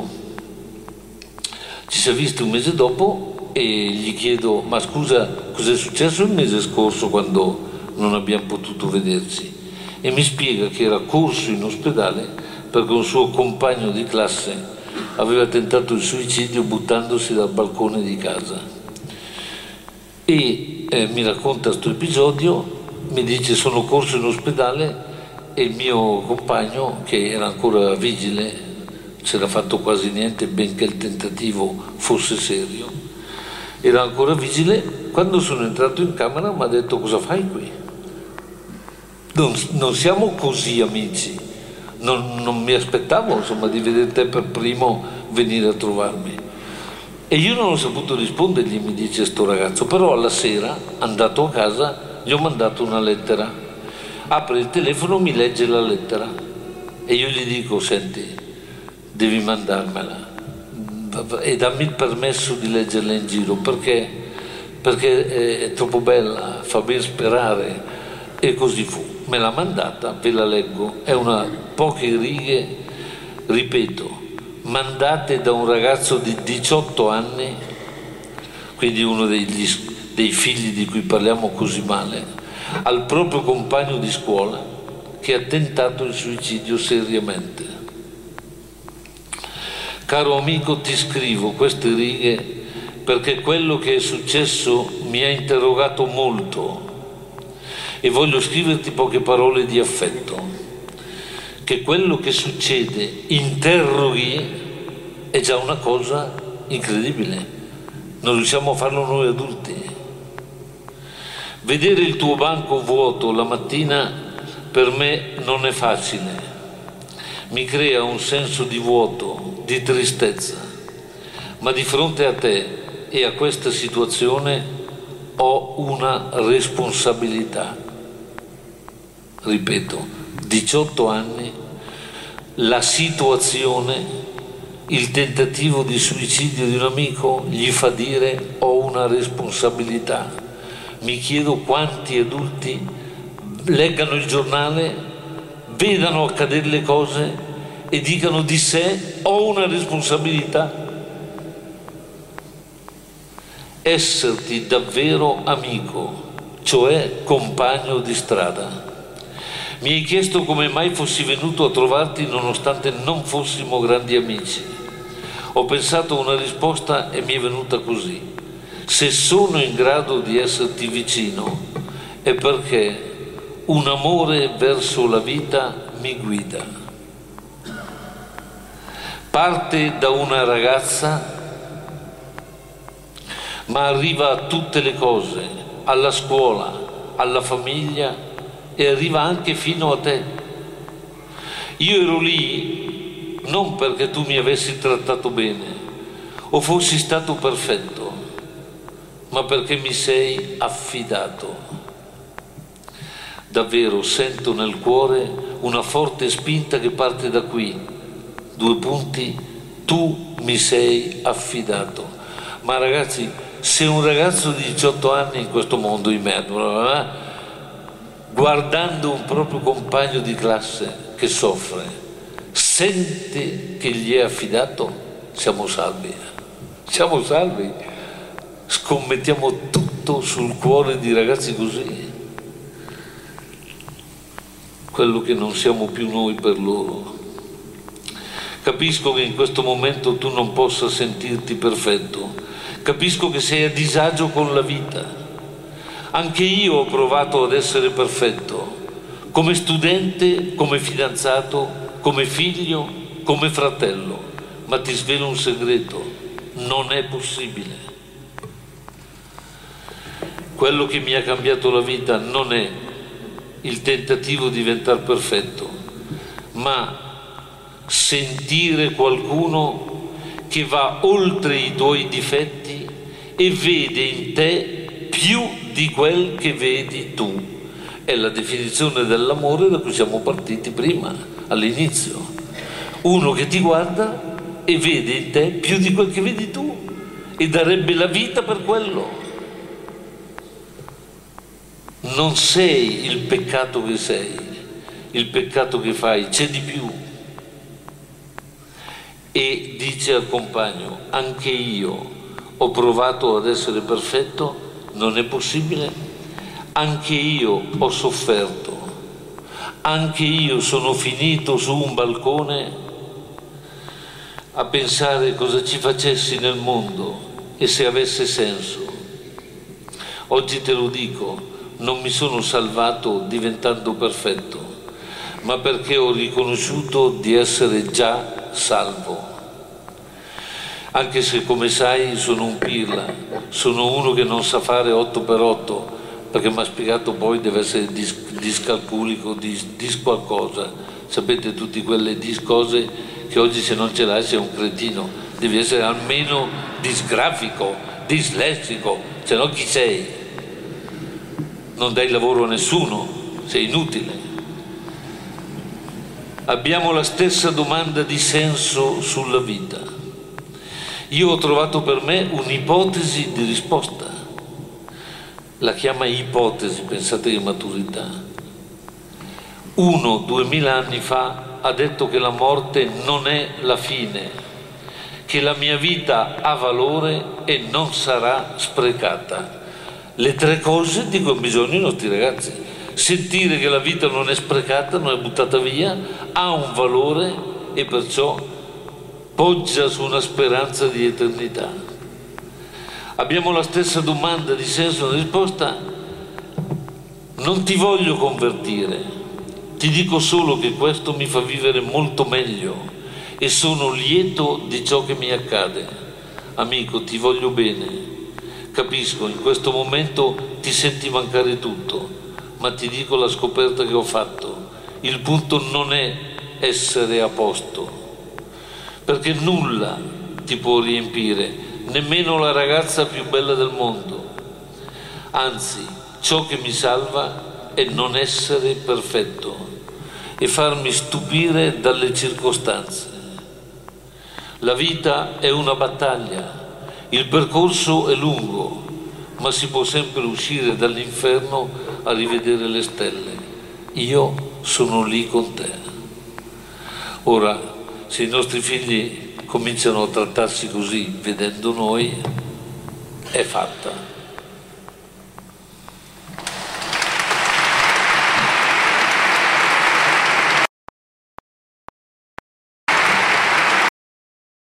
ci siamo visti un mese dopo e gli chiedo: ma scusa, cos'è successo il mese scorso quando non abbiamo potuto vederci, e mi spiega che era corso in ospedale perché un suo compagno di classe aveva tentato il suicidio buttandosi dal balcone di casa. E eh, mi racconta questo episodio, mi dice: sono corso in ospedale e il mio compagno, che era ancora vigile, c'era fatto quasi niente benché il tentativo fosse serio, era ancora vigile. Quando sono entrato in camera mi ha detto: cosa fai qui? Non, non siamo così amici, non, non mi aspettavo insomma di vedere te per primo venire a trovarmi. E io non ho saputo rispondergli, mi dice sto ragazzo, però alla sera, andato a casa, gli ho mandato una lettera. Apre il telefono, mi legge la lettera e io gli dico: senti, devi mandarmela e dammi il permesso di leggerla in giro, perché, perché è troppo bella, fa ben sperare. E così fu. Me l'ha mandata, ve la leggo, è una poche righe, ripeto, mandate da un ragazzo di diciotto anni, quindi uno degli, dei figli di cui parliamo così male, al proprio compagno di scuola che ha tentato il suicidio seriamente. Caro amico, ti scrivo queste righe perché quello che è successo mi ha interrogato molto e voglio scriverti poche parole di affetto. Che quello che succede interroghi è già una cosa incredibile, non riusciamo a farlo noi adulti. Vedere il tuo banco vuoto la mattina per me non è facile, mi crea un senso di vuoto, di tristezza, ma di fronte a te e a questa situazione ho una responsabilità. Ripeto, diciotto anni, la situazione, il tentativo di suicidio di un amico gli fa dire: ho una responsabilità. Mi chiedo quanti adulti leggano il giornale, vedano accadere le cose e dicano di sé: ho una responsabilità. Esserti davvero amico, cioè compagno di strada. Mi hai chiesto come mai fossi venuto a trovarti nonostante non fossimo grandi amici. Ho pensato a una risposta e mi è venuta così: se sono in grado di esserti vicino è perché un amore verso la vita mi guida. Parte da una ragazza ma arriva a tutte le cose, alla scuola, alla famiglia e arriva anche fino a te. Io ero lì non perché tu mi avessi trattato bene o fossi stato perfetto, ma perché mi sei affidato. Davvero sento nel cuore una forte spinta che parte da qui. Due punti: tu mi sei affidato. Ma ragazzi, se un ragazzo di diciotto anni in questo mondo immerso, guardando un proprio compagno di classe che soffre, sente che gli è affidato, siamo salvi. Siamo salvi. Scommettiamo tutto sul cuore di ragazzi così. Quello che non siamo più noi per loro. Capisco che in questo momento tu non possa sentirti perfetto. Capisco che sei a disagio con la vita. Anche io ho provato ad essere perfetto, come studente, come fidanzato, come figlio, come fratello. Ma ti svelo un segreto: non è possibile. Quello che mi ha cambiato la vita non è il tentativo di diventare perfetto, ma sentire qualcuno che va oltre i tuoi difetti e vede in te più di quel che vedi tu. È la definizione dell'amore da cui siamo partiti prima, all'inizio. Uno che ti guarda e vede in te più di quel che vedi tu e darebbe la vita per quello. Non sei il peccato che sei, il peccato che fai, c'è di più. E dice al compagno: anche io ho provato ad essere perfetto, non è possibile. anche io ho sofferto, anche io sono finito su un balcone a pensare cosa ci facessi nel mondo e se avesse senso. Oggi te lo dico, non mi sono salvato diventando perfetto, ma perché ho riconosciuto di essere già salvo. Anche se, come sai, sono un pirla, sono uno che non sa fare otto per otto, perché mi ha spiegato poi deve essere dis- discalculico, dis, dis qualcosa. Sapete, tutte quelle dis cose che oggi se non ce l'hai sei un cretino, devi essere almeno disgrafico, dislessico, se no chi sei? Non dai lavoro a nessuno, sei inutile. Abbiamo la stessa domanda di senso sulla vita. Io ho trovato per me un'ipotesi di risposta. La chiama ipotesi, pensate che maturità. Uno, duemila anni fa, ha detto che la morte non è la fine, che la mia vita ha valore e non sarà sprecata. Le tre cose di cui hanno bisogno i nostri ragazzi. Sentire che la vita non è sprecata, non è buttata via, ha un valore e perciò poggia su una speranza di eternità. Abbiamo la stessa domanda di senso e risposta. Non ti voglio convertire, ti dico solo che questo mi fa vivere molto meglio e sono lieto di ciò che mi accade. Amico, ti voglio bene. Capisco, in questo momento ti senti mancare tutto, ma ti dico la scoperta che ho fatto. Il punto non è essere a posto, perché nulla ti può riempire, nemmeno la ragazza più bella del mondo. Anzi, ciò che mi salva è non essere perfetto e farmi stupire dalle circostanze. La vita è una battaglia. Il percorso è lungo, ma si può sempre uscire dall'inferno a rivedere le stelle. Io sono lì con te. Ora, se i nostri figli cominciano a trattarsi così, vedendo noi, è fatta.